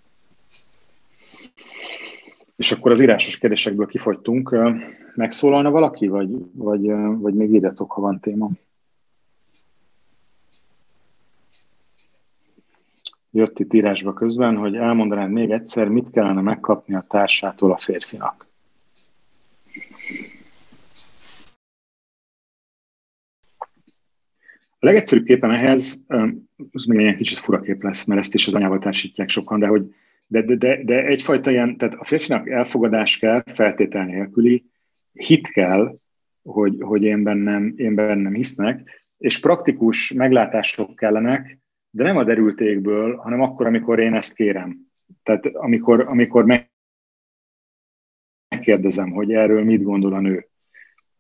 És akkor az írásos kérdésekből kifogytunk. Megszólalna valaki, vagy, vagy, vagy még írjatok, ha van téma? Jött itt írásba közben, hogy elmondanád még egyszer, mit kellene megkapni a társától a férfinak. A legegyszerűbb képen ehhez, ez még egy kicsit fura kép lesz, mert ezt is az anyával társítják sokan, de, hogy, de, de, de, de egyfajta ilyen, tehát a férfinak elfogadás kell, feltétel nélküli, hit kell, hogy, hogy én, bennem, én bennem hisznek, és praktikus meglátások kellenek, de nem a derültékből, hanem akkor, amikor én ezt kérem. Tehát amikor, amikor megkérdezem, hogy erről mit gondol a nő.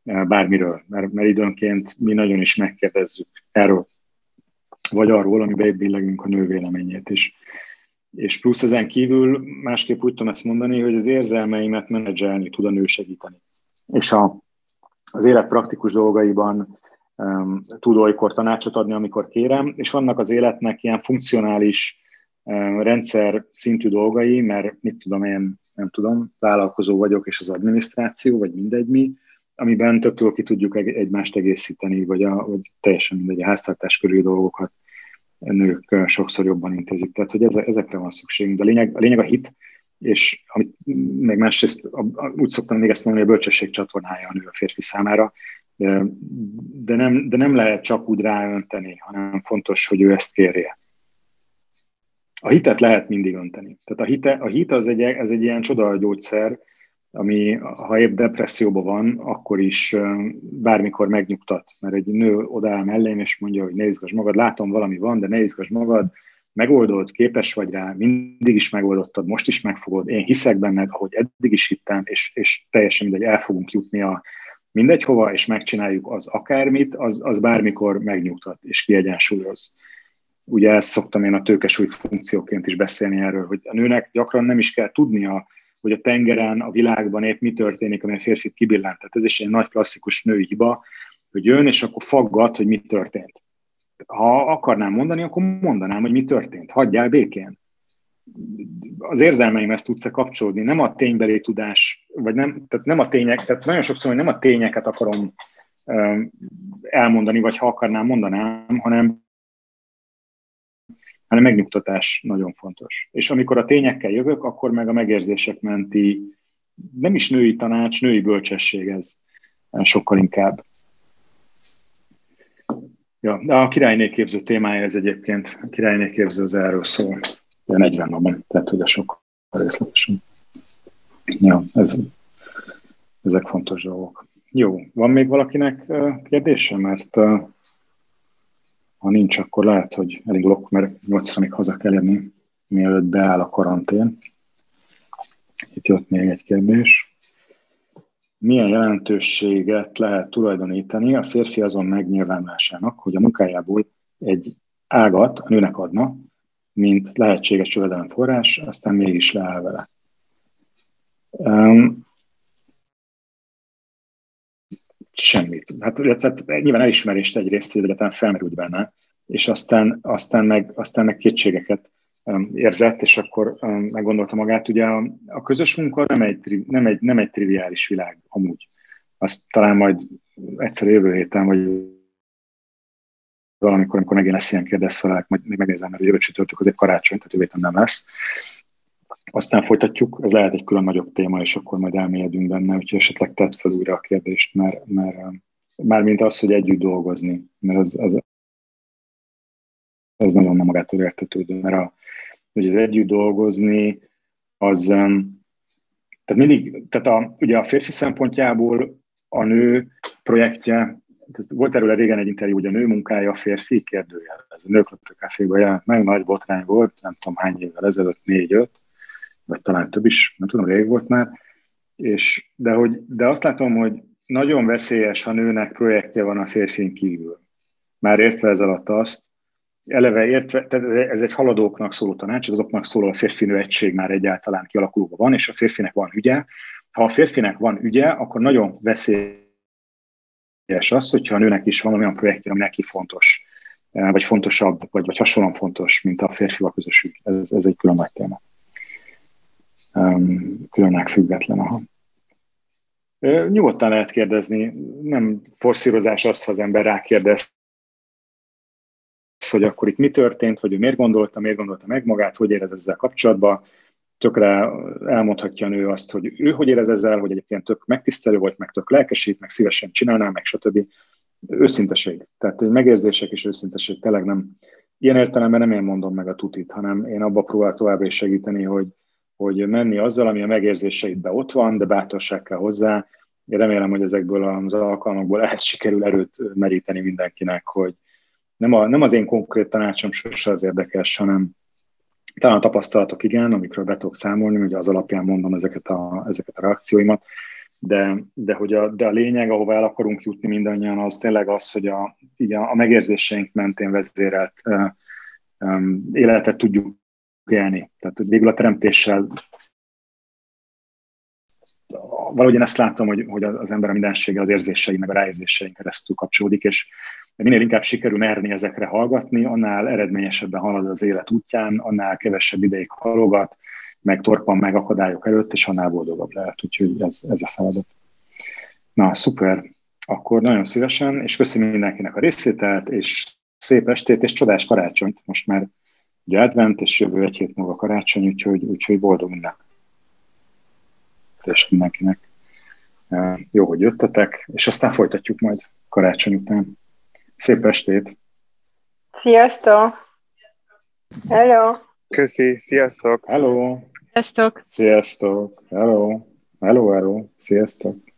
bármiről, mert, mert időnként mi nagyon is megkérdezzük erről, vagy arról, amiben billegünk a nő véleményét is. És plusz ezen kívül másképp úgy tudom ezt mondani, hogy az érzelmeimet menedzselni tud a nő segíteni. És a, az élet praktikus dolgaiban um, tud olykor tanácsot adni, amikor kérem, és vannak az életnek ilyen funkcionális um, rendszer szintű dolgai, mert mit tudom én, nem tudom, vállalkozó vagyok, és az adminisztráció, vagy mindegy mi, amiben többtől ki tudjuk egymást egészíteni, vagy, a, vagy teljesen mindegy, a háztartás körüli dolgokat nők sokszor jobban intézik. Tehát, hogy ezekre van szükségünk. De a lényeg a, lényeg a hit, és amit még másrészt úgy szoktam még ezt mondani, hogy a bölcsesség csatornája a nő a férfi számára, de, de, nem, de nem lehet csak úgy ráönteni, hanem fontos, hogy ő ezt kérje. A hitet lehet mindig önteni. Tehát a, hite, a hit az egy, ez egy ilyen csodagyógyszer, ami, ha épp depresszióban van, akkor is bármikor megnyugtat. Mert egy nő odaáll mellém, és mondja, hogy ne izgass magad, látom, valami van, de ne izgass magad, megoldod, képes vagy rá, mindig is megoldottad, most is megfogod, én hiszek benned, ahogy eddig is hittem, és, és teljesen mindegy, el fogunk jutni a mindegy hova, és megcsináljuk az akármit, az, az bármikor megnyugtat, és kiegyensúlyoz. Ugye ezt szoktam én a tőkesúly funkcióként is beszélni erről, hogy a nőnek gyakran nem is kell tudnia, hogy a tengeren, a világban épp mi történik, ami a férfit kibillent. Tehát ez is egy nagy klasszikus női hiba, hogy jön, és akkor faggat, hogy mi történt. Ha akarnám mondani, akkor mondanám, hogy mi történt. Hagyjál békén. Az érzelmeim ezt tudsz-e kapcsolódni, nem a ténybeli tudás, vagy nem, tehát nem a tények, tehát nagyon sokszor, hogy nem a tényeket akarom elmondani, vagy ha akarnám, mondanám, hanem hanem megnyugtatás nagyon fontos. És amikor a tényekkel jövök, akkor meg a megérzések menti, nem is női tanács, női bölcsesség ez sokkal inkább. Ja, de a királyné képző témája ez egyébként, a királyné képző az erről szól. De negyven napban, tehát hogy a sokkal részletesen. Ja, ez, ezek fontos dolgok. Jó, van még valakinek kérdése? Mert ha nincs, akkor lehet, hogy elindulok, mert nyolcra még haza kell érni, mielőtt beáll a karantén. Itt jött még egy kérdés. Milyen jelentőséget lehet tulajdonítani a férfi azon megnyilvánulásának, hogy a munkájából egy ágat a nőnek adna, mint lehetséges jövedelemforrás, aztán mégis leáll vele? Um, Semmit. Hát, hát nyilván elismerést egyrészt, hogy egyáltalán felmerült benne, és aztán, aztán, meg, aztán meg kétségeket um, érzett, és akkor um, meggondolta magát. Ugye a, a közös munka nem egy, nem, egy, nem egy triviális világ amúgy. Azt talán majd egyszer jövő héten, vagy valamikor, amikor megint lesz ilyen kérdezfelelek, majd még megnézem, mert jövő csütörtök azért karácsony, tehát jövő héten nem lesz. Aztán folytatjuk, ez lehet egy külön nagyobb téma, és akkor majd elmélyedünk benne, úgyhogy esetleg tedd fel újra a kérdést, mert, mert mármint az, hogy együtt dolgozni, mert az, az, az nagyon nem magától értetődő, mert a, hogy az együtt dolgozni, az, tehát mindig, tehát a, ugye a férfi szempontjából a nő projektje, volt erről régen egy interjú, hogy a nő munkája a férfi kérdőjel. Ez a Nőklapja Caféban jelent meg, nagy botrány volt, nem tudom hány évvel ezelőtt, négy-öt, vagy talán több is, nem tudom, rég volt már, és, de, hogy, de azt látom, hogy nagyon veszélyes, ha nőnek projektje van a férfin kívül. Már értve ez alatt azt, eleve értve, tehát ez egy haladóknak szóló tanács, azoknak szóló a férfi-nő egység már egyáltalán kialakulóban van, és a férfinek van ügye. Ha a férfinek van ügye, akkor nagyon veszélyes az, hogyha a nőnek is van olyan projektje, ami neki fontos, vagy fontosabb, vagy, vagy hasonlóan fontos, mint a férfival közös ügy. Ez, ez egy külön nagy téma. Um, különnek független. Aha. Uh, nyugodtan lehet kérdezni, nem forszírozás azt, ha az ember rákérdez, hogy akkor itt mi történt, vagy ő miért gondolta, miért gondolta meg magát, hogy érez ezzel kapcsolatban. Tökre elmondhatja a nő azt, hogy ő hogy érez ezzel, hogy egyébként tök megtisztelő volt, meg tök lelkesít, meg szívesen csinálná, meg stb. Őszinteség. Tehát megérzések és őszinteség tényleg nem. Ilyen értelemben nem én mondom meg a tutit, hanem én abba próbál tovább is segíteni, hogy hogy menni azzal, ami a megérzéseidben ott van, de bátorság kell hozzá. Én remélem, hogy ezekből az alkalmakból ehhez sikerül erőt meríteni mindenkinek, hogy nem, a, nem az én konkrét tanácsom sose az érdekes, hanem talán a tapasztalatok igen, amikről be tudok számolni, hogy az alapján mondom ezeket a, ezeket a reakcióimat, de, de, hogy a, de a lényeg, ahová el akarunk jutni mindannyian, az tényleg az, hogy a, így a, a megérzéseink mentén vezérelt uh, um, életet tudjuk élni. Tehát hogy végül a teremtéssel valahogy én ezt látom, hogy, hogy az ember a mindenséggel az érzései, meg a ráérzéseink keresztül kapcsolódik, és minél inkább sikerül merni ezekre hallgatni, annál eredményesebben halad az élet útján, annál kevesebb ideig halogat, meg torpan meg akadályok előtt, és annál boldogabb lehet. Úgyhogy ez, ez a feladat. Na, szuper. Akkor nagyon szívesen, és köszönöm mindenkinek a részvételt, és szép estét, és csodás karácsonyt. Most már ugye advent, és jövő egy hét múlva karácsony, úgyhogy, úgyhogy boldog minden. És mindenkinek. Jó, hogy jöttetek, és aztán folytatjuk majd karácsony után. Szép estét! Sziasztok! Hello! Köszi, sziasztok! Hello! Sziasztok! Sziasztok! Hello! Hello, hello! Sziasztok!